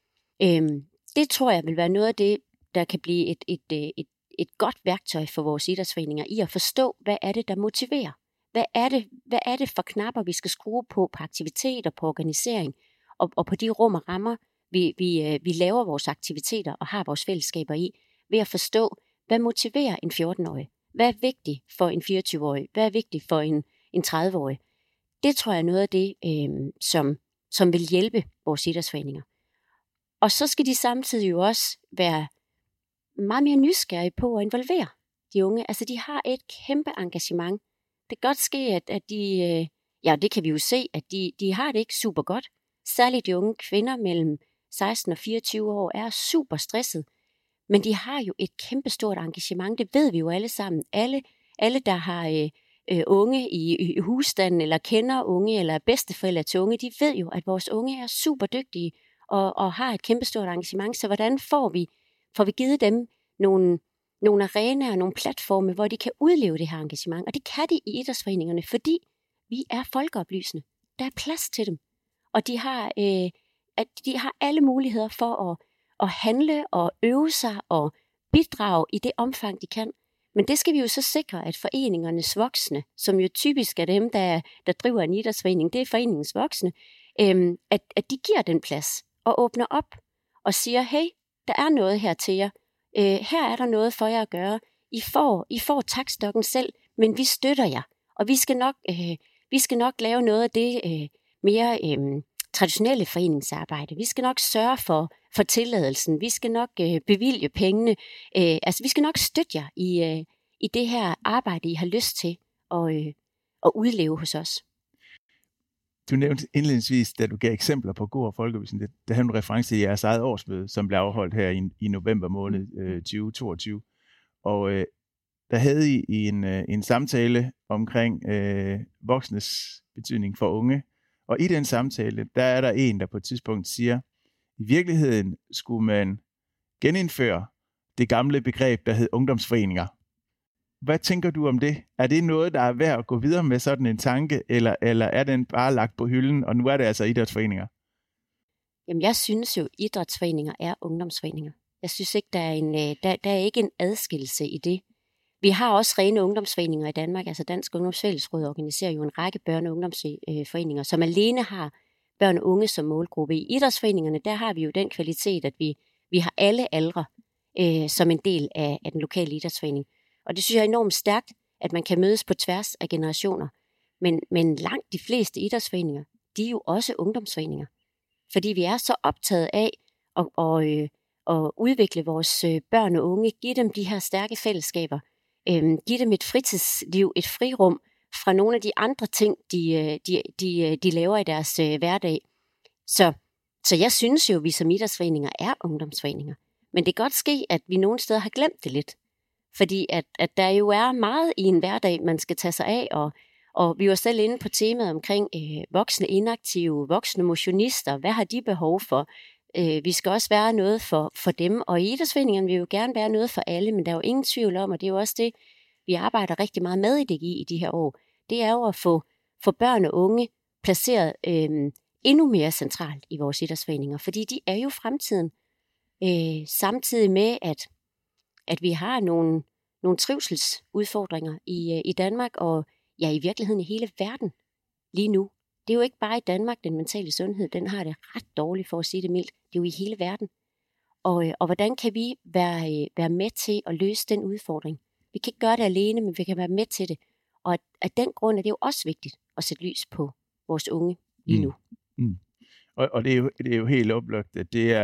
Det tror jeg vil være noget af det, der kan blive et godt værktøj for vores idrætsforeninger i at forstå, hvad er det, der motiverer. Hvad er det for knapper, vi skal skrue på aktiviteter, på organisering, og på de rum og rammer, vi laver vores aktiviteter og har vores fællesskaber i, ved at forstå, hvad motiverer en 14-årig? Hvad er vigtigt for en 24-årig? Hvad er vigtigt for en 30-årig? Det tror jeg er noget af det, som vil hjælpe vores idrætsforeninger. Og så skal de samtidig jo også være meget mere nysgerrige på at involvere de unge. Altså de har et kæmpe engagement. Det kan godt ske, at de, det kan vi jo se, at de har det ikke super godt. Særligt de unge kvinder mellem 16 og 24 år er super stresset. Men de har jo et kæmpestort engagement, det ved vi jo alle sammen. Alle der har unge i husstanden, eller kender unge, eller er bedsteforældre til unge, de ved jo, at vores unge er super dygtige og har et kæmpestort engagement. Så hvordan får vi givet dem nogle arenaer, nogle platforme, hvor de kan udleve det her engagement? Og det kan de i idrætsforeningerne, fordi vi er folkeoplysende. Der er plads til dem. Og de har alle muligheder for at handle og øve sig og bidrage i det omfang, de kan. Men det skal vi jo så sikre, at foreningernes voksne, som jo typisk er dem, der driver en idrætsforening, det er foreningens voksne, at de giver den plads og åbner op og siger, hey, der er noget her til jer. Her er der noget for jer at gøre. I får taktstokken selv, men vi støtter jer. Og vi skal nok lave noget af det mere traditionelle foreningsarbejde. Vi skal nok sørge for tilladelsen. Vi skal nok bevilge pengene. Vi skal nok støtte jer i det her arbejde, I har lyst til at udleve hos os. Du nævnte indledningsvis, da du gav eksempler på god folkeoplysning, der havde du reference til jeres eget årsmøde, som blev afholdt her i november måned 2022. Og der havde I en samtale omkring voksnes betydning for unge. Og i den samtale, der er der en, der på et tidspunkt siger, i virkeligheden skulle man genindføre det gamle begreb, der hed ungdomsforeninger. Hvad tænker du om det? Er det noget, der er værd at gå videre med sådan en tanke, eller er den bare lagt på hylden, og nu er det altså idrætsforeninger? Jamen, jeg synes jo, idrætsforeninger er ungdomsforeninger. Jeg synes ikke, der er ikke en adskillelse i det. Vi har også rene ungdomsforeninger i Danmark. Altså Dansk Ungdomsfællesråd organiserer jo en række børne- og ungdomsforeninger, som alene har børn og unge som målgruppe. I idrætsforeningerne, der har vi jo den kvalitet, at vi har alle aldre som en del af den lokale idrætsforening. Og det synes jeg er enormt stærkt, at man kan mødes på tværs af generationer. Men langt de fleste idrætsforeninger, de er jo også ungdomsforeninger. Fordi vi er så optaget af at udvikle vores børn og unge, give dem de her stærke fællesskaber, give dem et fritidsliv, et frirum fra nogle af de andre ting, de laver i deres hverdag. Så jeg synes jo, at vi som idrætsforeninger er ungdomsforeninger. Men det kan godt ske, at vi nogle steder har glemt det lidt. Fordi at der jo er meget i en hverdag, man skal tage sig af, og vi var selv inde på temaet omkring voksne inaktive, voksne motionister. Hvad har de behov for? Vi skal også være noget for dem, og i idrætsforeningerne vil jo gerne være noget for alle, men der er jo ingen tvivl om, og det er jo også det, vi arbejder rigtig meget med i DGI i de her år, det er jo at få børn og unge placeret endnu mere centralt i vores idrætsforeninger, fordi de er jo fremtiden, samtidig med, at vi har nogle trivselsudfordringer i Danmark, og ja, i virkeligheden i hele verden lige nu. Det er jo ikke bare i Danmark, den mentale sundhed, den har det ret dårligt, for at sige det mildt. Det er jo i hele verden. Og hvordan kan vi være med til at løse den udfordring? Vi kan ikke gøre det alene, men vi kan være med til det. Og af den grund er det jo også vigtigt at sætte lys på vores unge lige nu. Og det er jo helt oplagt, at det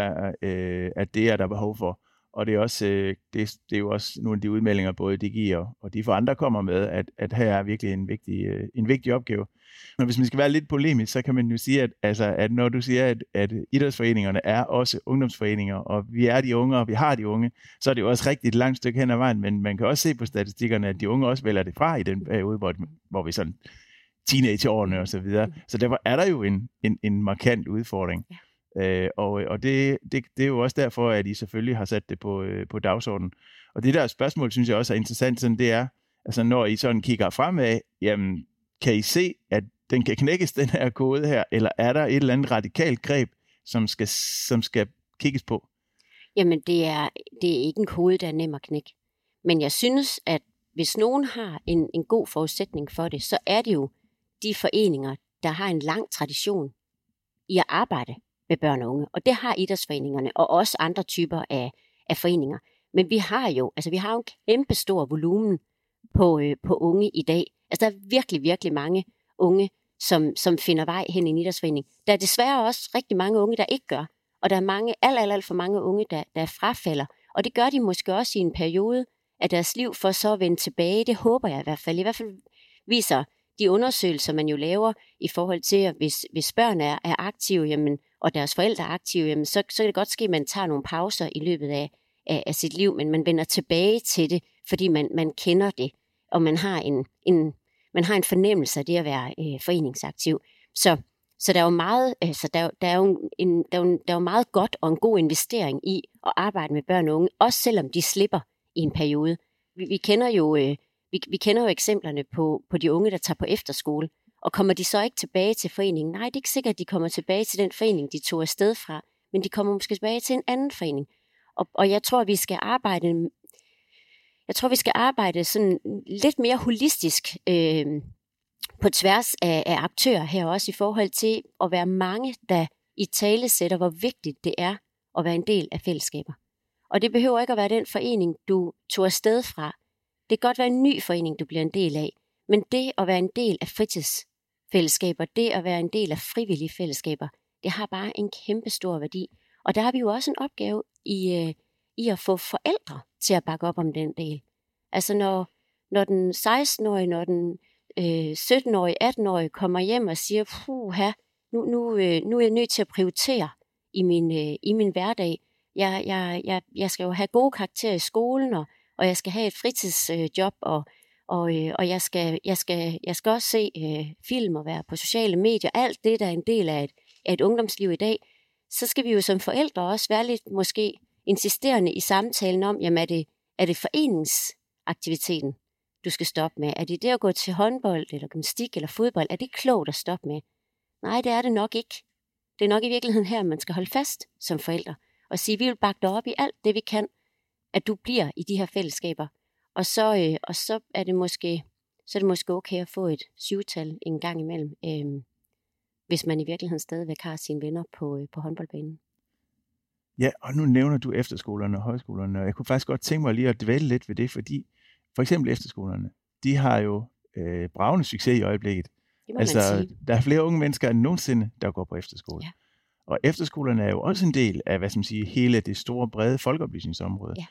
er der behov for. Og det er også det er jo også nogle af de udmeldinger, både DGI og de for andre kommer med, at her er virkelig en vigtig opgave. Men hvis man skal være lidt polemisk, så kan man jo sige, at når du siger, at idrætsforeningerne er også ungdomsforeninger, og vi er de unge, og vi har de unge, så er det jo også rigtigt et langt stykke hen ad vejen, men man kan også se på statistikkerne, at de unge også vælger det fra i den periode, hvor vi sådan teenageårene og så videre. Så derfor er der jo en markant udfordring. Ja. Og det er jo også derfor, at I selvfølgelig har sat det på dagsordenen. Og det der spørgsmål, synes jeg også er interessant, sådan det er, altså når I sådan kigger fremad, jamen, kan I se, at den kan knækkes, den her kode her, eller er der et eller andet radikalt greb, som skal kigges på? Jamen, det er ikke en kode, der er nem at knække. Men jeg synes, at hvis nogen har en god forudsætning for det, så er det jo de foreninger, der har en lang tradition i at arbejde med børn og unge. Og det har idrætsforeningerne og også andre typer af foreninger. Men vi har jo en kæmpe stor volumen på unge i dag. Altså der er virkelig, virkelig mange unge, som finder vej hen i en idrætsforening. Der er desværre også rigtig mange unge, der ikke gør. Og der er mange, alt for mange unge, der frafalder. Og det gør de måske også i en periode af deres liv, for så at vende tilbage. Det håber jeg i hvert fald. I hvert fald viser de undersøgelser, man jo laver i forhold til, at hvis børn er aktive, jamen, og deres forældre er aktive, jamen, så kan det godt ske, at man tager nogle pauser i løbet af sit liv, men man vender tilbage til det, fordi man kender det, og man har en fornemmelse af det at være foreningsaktiv. Så der er jo meget, der er jo meget godt og en god investering i at arbejde med børn og unge, også selvom de slipper i en periode. Vi kender jo eksemplerne på de unge, der tager på efterskole, og kommer de så ikke tilbage til foreningen? Nej, det er ikke sikkert, at de kommer tilbage til den forening, de tog afsted fra, men de kommer måske tilbage til en anden forening. Og jeg tror, at vi skal arbejde Jeg tror, vi skal arbejde sådan lidt mere holistisk på tværs af aktører her også, i forhold til at være mange, der i tale sætter, hvor vigtigt det er at være en del af fællesskaber. Og det behøver ikke at være den forening, du tog afsted fra. Det kan godt være en ny forening, du bliver en del af. Men det at være en del af fritidsfællesskaber, det at være en del af frivillige fællesskaber, det har bare en kæmpe stor værdi. Og der har vi jo også en opgave i at få forældre til at bakke op om den del. Altså når den 16-årige, når den 17-årige, 18-årige kommer hjem og siger, nu er jeg nødt til at prioritere i min hverdag. Jeg skal jo have gode karakterer i skolen, og jeg skal have et fritidsjob, og jeg skal også se film og være på sociale medier. Alt det, der er en del af et ungdomsliv i dag. Så skal vi jo som forældre også være lidt måske insisterende i samtalen om, jamen er det foreningsaktiviteten, du skal stoppe med? Er det det at gå til håndbold, eller gymnastik, eller fodbold? Er det klogt at stoppe med? Nej, det er det nok ikke. Det er nok i virkeligheden her, man skal holde fast som forældre, og sige, vi vil bakke dig op i alt det, vi kan, at du bliver i de her fællesskaber. Og så er det måske okay at få et 7-tal en gang imellem, hvis man i virkeligheden stadigvæk har sine venner på håndboldbanen. Ja, og nu nævner du efterskolerne og højskolerne, og jeg kunne faktisk godt tænke mig lige at dvæle lidt ved det, fordi for eksempel efterskolerne, de har jo bragende succes i øjeblikket. Altså, der er flere unge mennesker end nogensinde, der går på efterskole. Ja. Og efterskolerne er jo også en del af, hele det store, brede folkeoplysningsområde. Ja.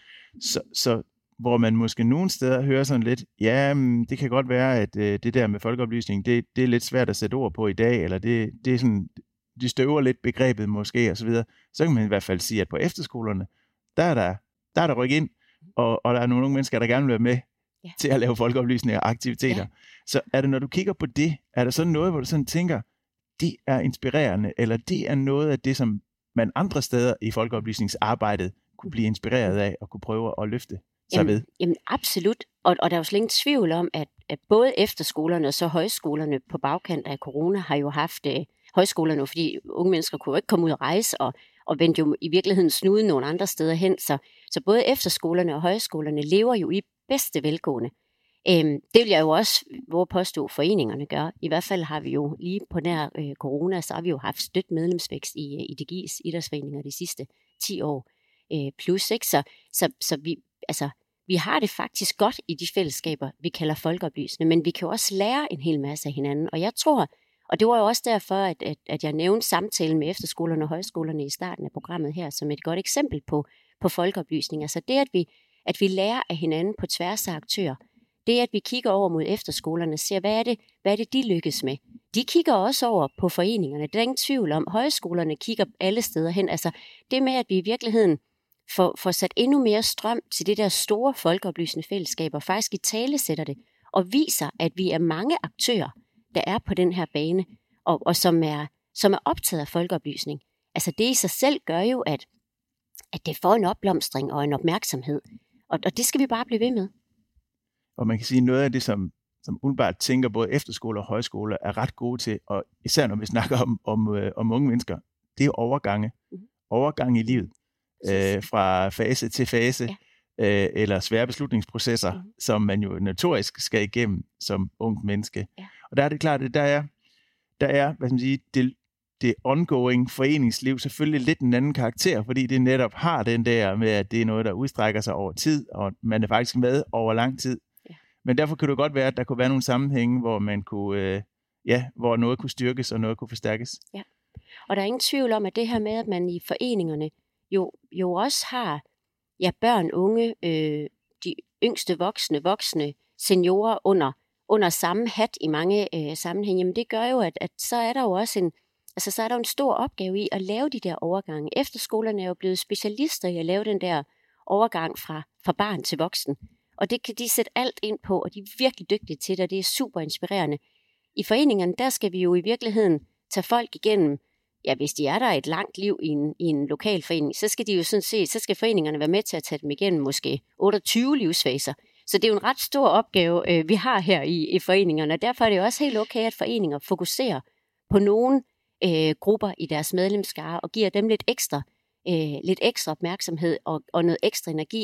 Så hvor man måske nogle steder hører sådan lidt, ja, det kan godt være, at det der med folkeoplysning, det er lidt svært at sætte ord på i dag, eller det er sådan, de støver lidt begrebet måske, og så videre. Så kan man i hvert fald sige, at på efterskolerne, der er der ryk ind, og der er nogle unge mennesker, der gerne vil være med til at lave folkeoplysning og aktiviteter. Ja. Så er det, når du kigger på det, er der sådan noget, hvor du sådan tænker, det er inspirerende, eller det er noget af det, som man andre steder i folkeoplysningsarbejdet kunne blive inspireret af, og kunne prøve at løfte sig ved? Jamen absolut, og der er jo slet ingen tvivl om, at både efterskolerne og så højskolerne på bagkant af corona har jo haft højskolerne, fordi unge mennesker kunne jo ikke komme ud og rejse, og vendte jo i virkeligheden snuden nogle andre steder hen, så både efterskolerne og højskolerne lever jo i bedste velgående. Det vil jeg jo også påstå, foreningerne gør. I hvert fald har vi jo lige på nær corona, så har vi jo haft støt medlemsvækst i DGI's idrætsforeninger de sidste 10 år plus, ikke? Så vi har det faktisk godt i de fællesskaber, vi kalder folkeoplysende, men vi kan jo også lære en hel masse af hinanden. Og jeg tror, og det var jo også derfor, at jeg nævnte samtalen med efterskolerne og højskolerne i starten af programmet her, som et godt eksempel på folkeoplysning. Altså det, at vi lærer af hinanden på tværs af aktører. Det, at vi kigger over mod efterskolerne og ser, hvad er det, de lykkes med. De kigger også over på foreningerne. Det er ingen tvivl om. Højskolerne kigger alle steder hen. Altså det med, at vi i virkeligheden får sat endnu mere strøm til det der store folkeoplysende fællesskab, og faktisk i tale sætter det, og viser, at vi er mange aktører, der er på den her bane, og som er optaget af folkeoplysning. Altså det i sig selv gør jo, at det får en opblomstring og en opmærksomhed. Og det skal vi bare blive ved med. Og man kan sige, noget af det, som umiddelbart tænker både efterskoler og højskoler er ret gode til, og især når vi snakker om unge mennesker, det er overgange. Overgange i livet. Fra fase til fase, eller svære beslutningsprocesser, som man jo notorisk skal igennem som ungt menneske. Ja. Og der er det klart, at der er det ongoing foreningsliv selvfølgelig lidt en anden karakter, fordi det netop har den der med, at det er noget, der udstrækker sig over tid, og man er faktisk med over lang tid. Ja. Men derfor kan det godt være, at der kunne være nogle sammenhænge, hvor man kunne, hvor noget kunne styrkes, og noget kunne forstærkes. Ja. Og der er ingen tvivl om, at det her med, at man i foreningerne jo også har børn, unge, de yngste voksne, seniorer under samme hat i mange sammenhænge, jamen det gør jo, at så er der jo også så er der en stor opgave i at lave de der overgange. Efterskolerne er jo blevet specialister i at lave den der overgang fra barn til voksen. Og det kan de sætte alt ind på, og de er virkelig dygtige til det, og det er super inspirerende. I foreningerne, der skal vi jo i virkeligheden tage folk igennem, hvis de er der et langt liv i en lokal forening, så skal de jo sådan set, så skal foreningerne være med til at tage dem igennem måske 28 livsfaser. Så det er jo en ret stor opgave, vi har her i foreningerne, og derfor er det jo også helt okay, at foreninger fokuserer på nogle grupper i deres medlemskare og giver dem lidt ekstra opmærksomhed og noget ekstra energi,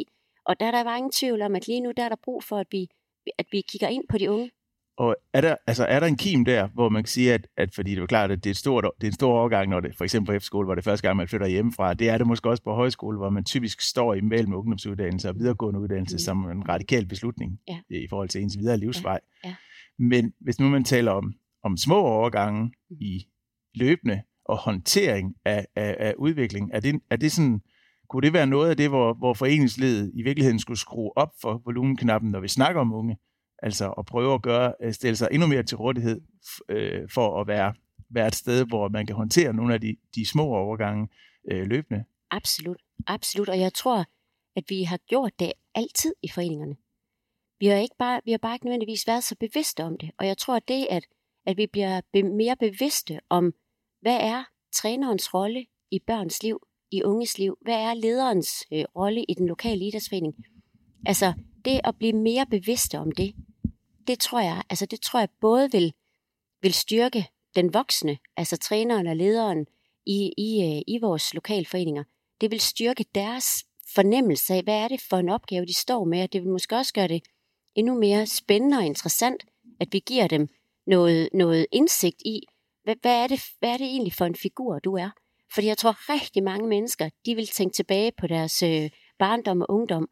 Og der er der bare ingen tvivl om, at lige nu der er der brug for, at vi kigger ind på de unge. Og er der en kim der, hvor man kan sige, at fordi det er klart, at det er en stor overgang, når det for eksempel på efterskole, hvor det første gang, man flytter hjemmefra, det er det måske også på højskole, hvor man typisk står imellem ungdomsuddannelse og videregående uddannelse som en radikal beslutning i forhold til ens videre livsvej. Ja. Men hvis nu man taler om små overgange i løbende og håndtering af udvikling, er det sådan, kunne det være noget af det, hvor foreningslivet i virkeligheden skulle skrue op for volumenknappen, når vi snakker om unge? Altså at prøve at stille sig endnu mere til rådighed for at være et sted, hvor man kan håndtere nogle af de små overgange løbende. Absolut. Og jeg tror, at vi har gjort det altid i foreningerne. Vi har bare ikke nødvendigvis været så bevidste om det. Og jeg tror, at det, at vi bliver mere bevidste om, hvad er trænerens rolle i børns liv, i unges liv? Hvad er lederens rolle i den lokale idrætsforening? Altså, det at blive mere bevidste om det tror jeg både vil styrke den voksne, altså træneren og lederen i vores lokalforeninger. Det vil styrke deres fornemmelse af, hvad er det for en opgave, de står med, og det vil måske også gøre det endnu mere spændende og interessant, at vi giver dem noget indsigt i, hvad er det egentlig for en figur, du er? Fordi jeg tror, rigtig mange mennesker, de vil tænke tilbage på deres barndom og ungdom,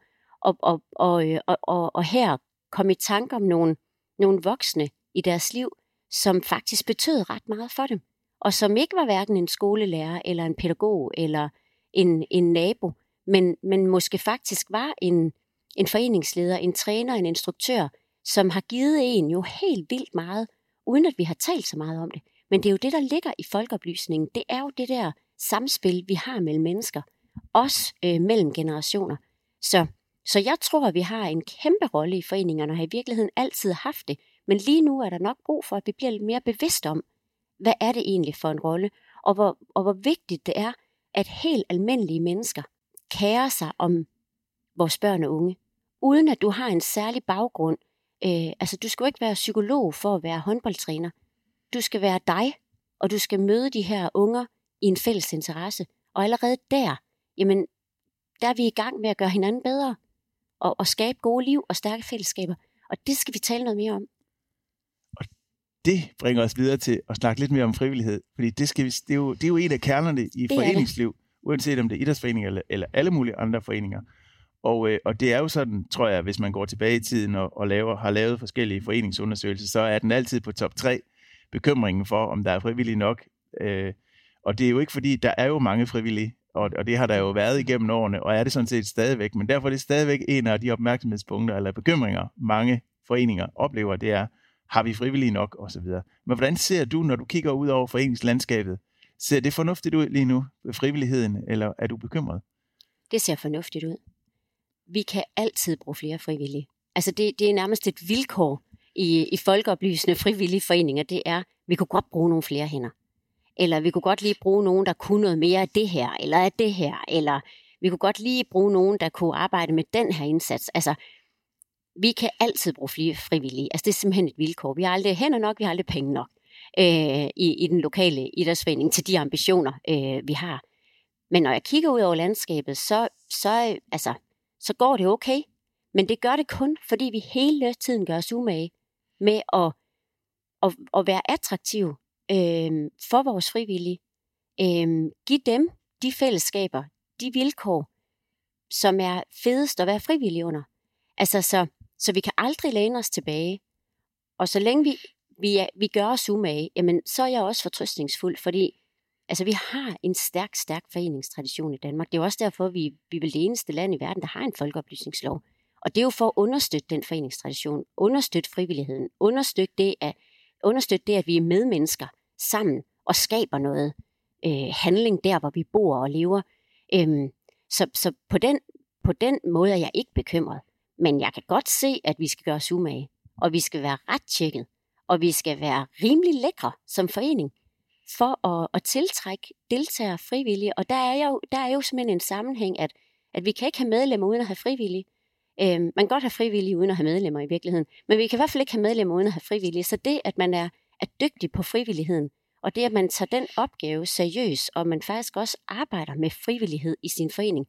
og her komme i tanke om nogle voksne i deres liv, som faktisk betød ret meget for dem, og som ikke var hverken en skolelærer, eller en pædagog, eller en nabo, men måske faktisk var en foreningsleder, en træner, en instruktør, som har givet en jo helt vildt meget, uden at vi har talt så meget om det. Men det er jo det, der ligger i folkeoplysningen. Det er jo det der samspil, vi har mellem mennesker, også mellem generationer. Så jeg tror, at vi har en kæmpe rolle i foreningerne, og har i virkeligheden altid haft det. Men lige nu er der nok brug for, at vi bliver lidt mere bevidst om, hvad er det egentlig for en rolle, og hvor vigtigt det er, at helt almindelige mennesker kærer sig om vores børn og unge, uden at du har en særlig baggrund. Altså, du skal jo ikke være psykolog for at være håndboldtræner. Du skal være dig, og du skal møde de her unger i en fælles interesse. Og allerede der, jamen, der er vi i gang med at gøre hinanden bedre, og skabe gode liv og stærke fællesskaber. Og det skal vi tale noget mere om. Og det bringer os videre til at snakke lidt mere om frivillighed, fordi det er jo en af kernerne i foreningsliv, uanset om det er idrætsforeninger eller alle mulige andre foreninger. Og det er jo sådan, tror jeg, hvis man går tilbage i tiden og har lavet forskellige foreningsundersøgelser, så er den altid på top 3 bekymringen for, om der er frivillige nok. Og det er jo ikke fordi, der er jo mange frivillige, og det har der jo været igennem årene, og er det sådan set stadigvæk. Men derfor er det stadigvæk en af de opmærksomhedspunkter eller bekymringer, mange foreninger oplever, det er, har vi frivillige nok osv. Men hvordan ser du, når du kigger ud over foreningslandskabet, ser det fornuftigt ud lige nu ved frivilligheden, eller er du bekymret? Det ser fornuftigt ud. Vi kan altid bruge flere frivillige. Altså det er nærmest et vilkår i folkeoplysende frivillige foreninger, det er, vi kunne godt bruge nogle flere hænder. Eller vi kunne godt lige bruge nogen, der kunne noget mere af det her, eller af det her, eller vi kunne godt lige bruge nogen, der kunne arbejde med den her indsats. Altså, vi kan altid bruge flere frivillige. Altså, det er simpelthen et vilkår. Vi har aldrig hænder nok, vi har aldrig penge nok i den lokale idrætsforening til de ambitioner, vi har. Men når jeg kigger ud over landskabet, så går det okay. Men det gør det kun, fordi vi hele tiden gør os umage med at være attraktive for vores frivillige. Giv dem de fællesskaber, de vilkår, som er fedest at være frivillige under. Altså, så vi kan aldrig læne os tilbage. Og så længe vi gør os umage, jamen, så er jeg også fortrøstningsfuld, fordi altså, vi har en stærk foreningstradition i Danmark. Det er også derfor, vi er vel det eneste land i verden, der har en folkeoplysningslov. Og det er jo for at understøtte den foreningstradition, understøtte frivilligheden, understøtte det, at vi er medmennesker sammen og skaber noget handling der, hvor vi bor og lever. Så på den måde er jeg ikke bekymret. Men jeg kan godt se, at vi skal gøre os umage, og vi skal være ret tjekket, og vi skal være rimelig lækre som forening for at tiltrække deltagere frivillige. Og der er jo simpelthen en sammenhæng, at vi kan ikke have medlemmer uden at have frivillige. Man kan godt have frivillige uden at have medlemmer i virkeligheden, men vi kan i hvert fald ikke have medlemmer uden at have frivillige. Så det, at man er dygtig på frivilligheden, og det, at man tager den opgave seriøst, og man faktisk også arbejder med frivillighed i sin forening,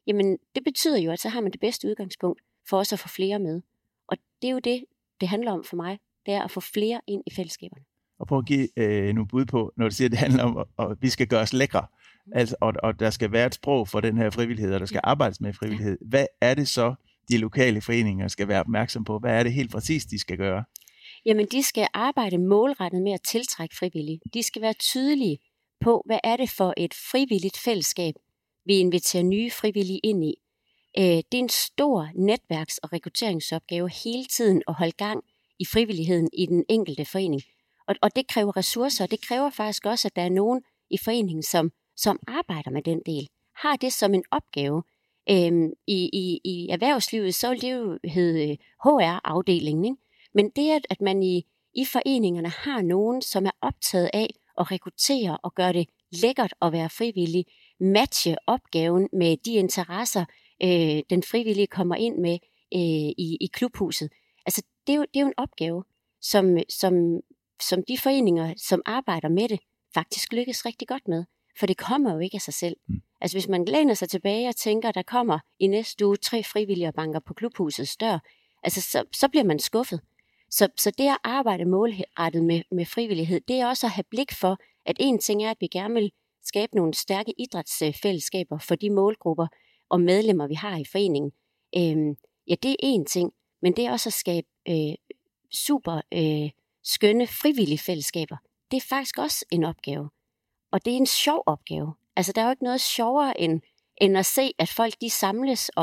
jamen det betyder jo, at så har man det bedste udgangspunkt for også at få flere med. Og det er jo det handler om for mig, det er at få flere ind i fællesskaberne. Og prøv at give nogle bud på, når du siger, at det handler om, at vi skal gøre os lækre, altså, og der skal være et sprog for den her frivillighed, og der skal arbejdes med frivillighed. Hvad er det så, de lokale foreninger skal være opmærksom på? Hvad er det helt præcis, de skal gøre? Jamen, de skal arbejde målrettet med at tiltrække frivillige. De skal være tydelige på, hvad er det for et frivilligt fællesskab, vi inviterer nye frivillige ind i. Det er en stor netværks- og rekrutteringsopgave hele tiden at holde gang i frivilligheden i den enkelte forening. Og det kræver ressourcer, og det kræver faktisk også, at der er nogen i foreningen, som arbejder med den del. Har det som en opgave. I erhvervslivet, så vil det jo hedde HR-afdelingen, ikke? Men det, at man i foreningerne har nogen, som er optaget af at rekruttere og gøre det lækkert at være frivillig, matche opgaven med de interesser, den frivillige kommer ind med i klubhuset. Altså, det er jo en opgave, som de foreninger, som arbejder med det, faktisk lykkes rigtig godt med. For det kommer jo ikke af sig selv. Altså, hvis man læner sig tilbage og tænker, at der kommer i næste uge 3 frivillige og banker på klubhusets dør, altså, så bliver man skuffet. Så det at arbejde målrettet med frivillighed, det er også at have blik for, at en ting er, at vi gerne vil skabe nogle stærke idrætsfællesskaber for de målgrupper og medlemmer, vi har i foreningen. Ja, det er en ting, men det er også at skabe super skønne frivillige fællesskaber. Det er faktisk også en opgave. Og det er en sjov opgave. Altså, der er jo ikke noget sjovere end at se, at folk de samles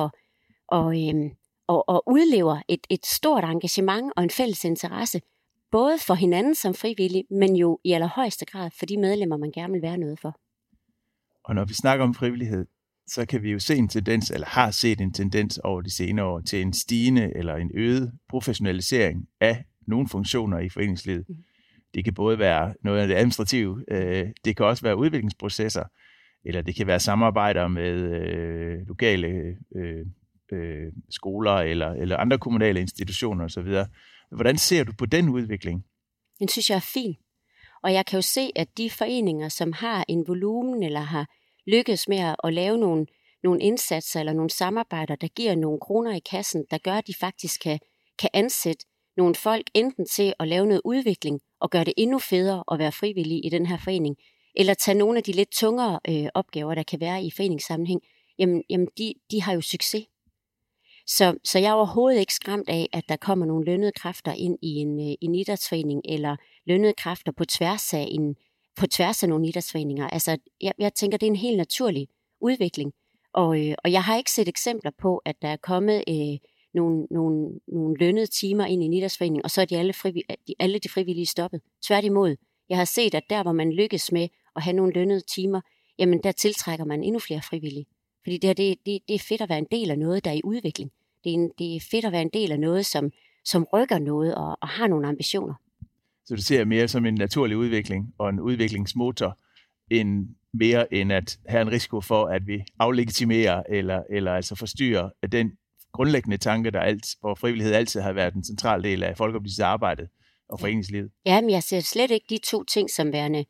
og udlever et stort engagement og en fælles interesse, både for hinanden som frivillige, men jo i allerhøjeste grad for de medlemmer, man gerne vil være noget for. Og når vi snakker om frivillighed, så kan vi jo se en tendens, eller har set en tendens over de senere år, til en stigende eller en øget professionalisering af nogle funktioner i foreningslivet. Det kan både være noget af det administrative, det kan også være udviklingsprocesser, eller det kan være samarbejder med lokale skoler eller andre kommunale institutioner osv. Hvordan ser du på den udvikling? Den synes jeg er fin. Og jeg kan jo se, at de foreninger, som har en volumen eller har lykkes med at lave nogle indsatser eller nogle samarbejder, der giver nogle kroner i kassen, der gør, at de faktisk kan ansætte nogle folk enten til at lave noget udvikling og gøre det endnu federe at være frivillig i den her forening, eller tage nogle af de lidt tungere opgaver, der kan være i foreningssammenhæng, jamen de har jo succes. Så jeg er overhovedet ikke skræmt af, at der kommer nogle lønnede kræfter ind i en idrætsforening, eller lønnede kræfter på tværs af nogle idrætsforeninger. Altså, jeg tænker, det er en helt naturlig udvikling. Og jeg har ikke set eksempler på, at der er kommet nogle lønnede timer ind i en idrætsforening, og så er alle de frivillige stoppet. Tværtimod, jeg har set, at der, hvor man lykkes med at have nogle lønnede timer, jamen der tiltrækker man endnu flere frivillige. Fordi det er fedt at være en del af noget, der er i udvikling. Det er fedt at være en del af noget, som rykker noget og har nogle ambitioner. Så du ser mere som en naturlig udvikling og en udviklingsmotor, mere end at have en risiko for, at vi aflegitimerer eller altså forstyrrer den grundlæggende tanke, hvor frivillighed altid har været en central del af folkeoplysningsarbejdet og foreningslivet. Ja, men jeg ser slet ikke de to ting som værende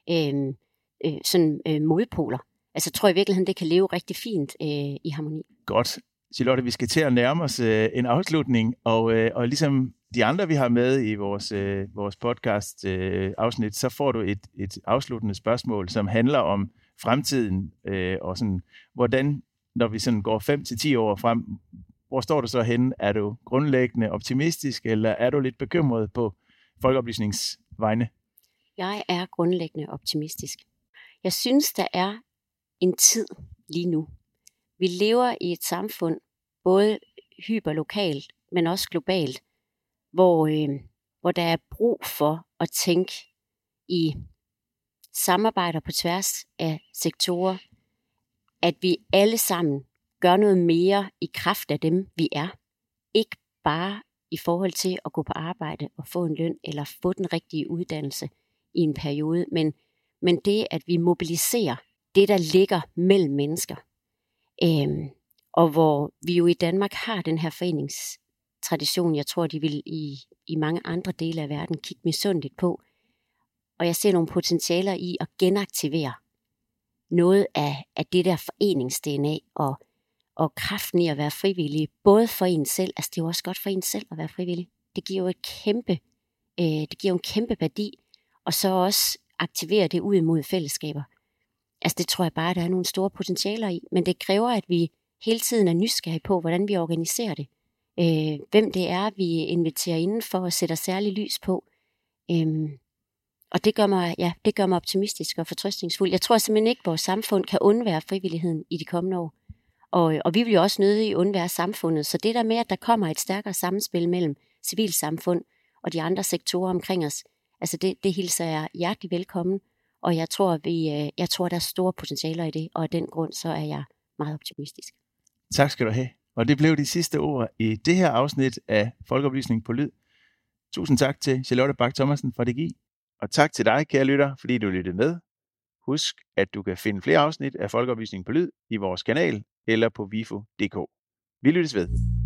modpoler. Altså, jeg tror i virkeligheden, det kan leve rigtig fint i harmoni. Godt. Charlotte, vi skal til at nærme os en afslutning, og ligesom de andre, vi har med i vores podcast afsnit, så får du et afsluttende spørgsmål, som handler om fremtiden, og sådan, hvordan, når vi sådan går 5 til 10 år frem, hvor står du så henne? Er du grundlæggende optimistisk, eller er du lidt bekymret på folkeoplysningsvegne? Jeg er grundlæggende optimistisk. Jeg synes, der er en tid lige nu. Vi lever i et samfund, både hyperlokalt, men også globalt, hvor der er brug for at tænke i samarbejder på tværs af sektorer, at vi alle sammen gør noget mere i kraft af dem, vi er. Ikke bare i forhold til at gå på arbejde og få en løn, eller få den rigtige uddannelse i en periode, men det, at vi mobiliserer det, der ligger mellem mennesker. Og hvor vi jo i Danmark har den her foreningstradition, jeg tror, de vil i mange andre dele af verden kigge misundeligt på. Og jeg ser nogle potentialer i at genaktivere noget af det der forenings-DNA, og kraften i at være frivillig, både for en selv, altså det er jo også godt for en selv at være frivillig. Det giver jo en kæmpe værdi, og så også aktivere det ud imod fællesskaber. Altså det tror jeg bare, der er nogle store potentialer i, men det kræver, at vi hele tiden er nysgerrige på, hvordan vi organiserer det. Hvem det er, vi inviterer inden for at sætte særlig lys på. Og det gør mig optimistisk og fortrøstningsfuld. Jeg tror simpelthen ikke, at vores samfund kan undvære frivilligheden i de kommende år. Og vi vil jo også nødig undvære samfundet. Så det der med, at der kommer et stærkere samspil mellem civilsamfund og de andre sektorer omkring os, altså det hilser jeg hjertelig velkommen. Og jeg tror, der er store potentialer i det, og af den grund, så er jeg meget optimistisk. Tak skal du have. Og det blev de sidste ord i det her afsnit af Folkeoplysning på Lyd. Tusind tak til Charlotte Bach Thomasen fra DGI. Og tak til dig, kære lytter, fordi du lyttede med. Husk, at du kan finde flere afsnit af Folkeoplysning på Lyd i vores kanal eller på vifo.dk. Vi lyttes ved.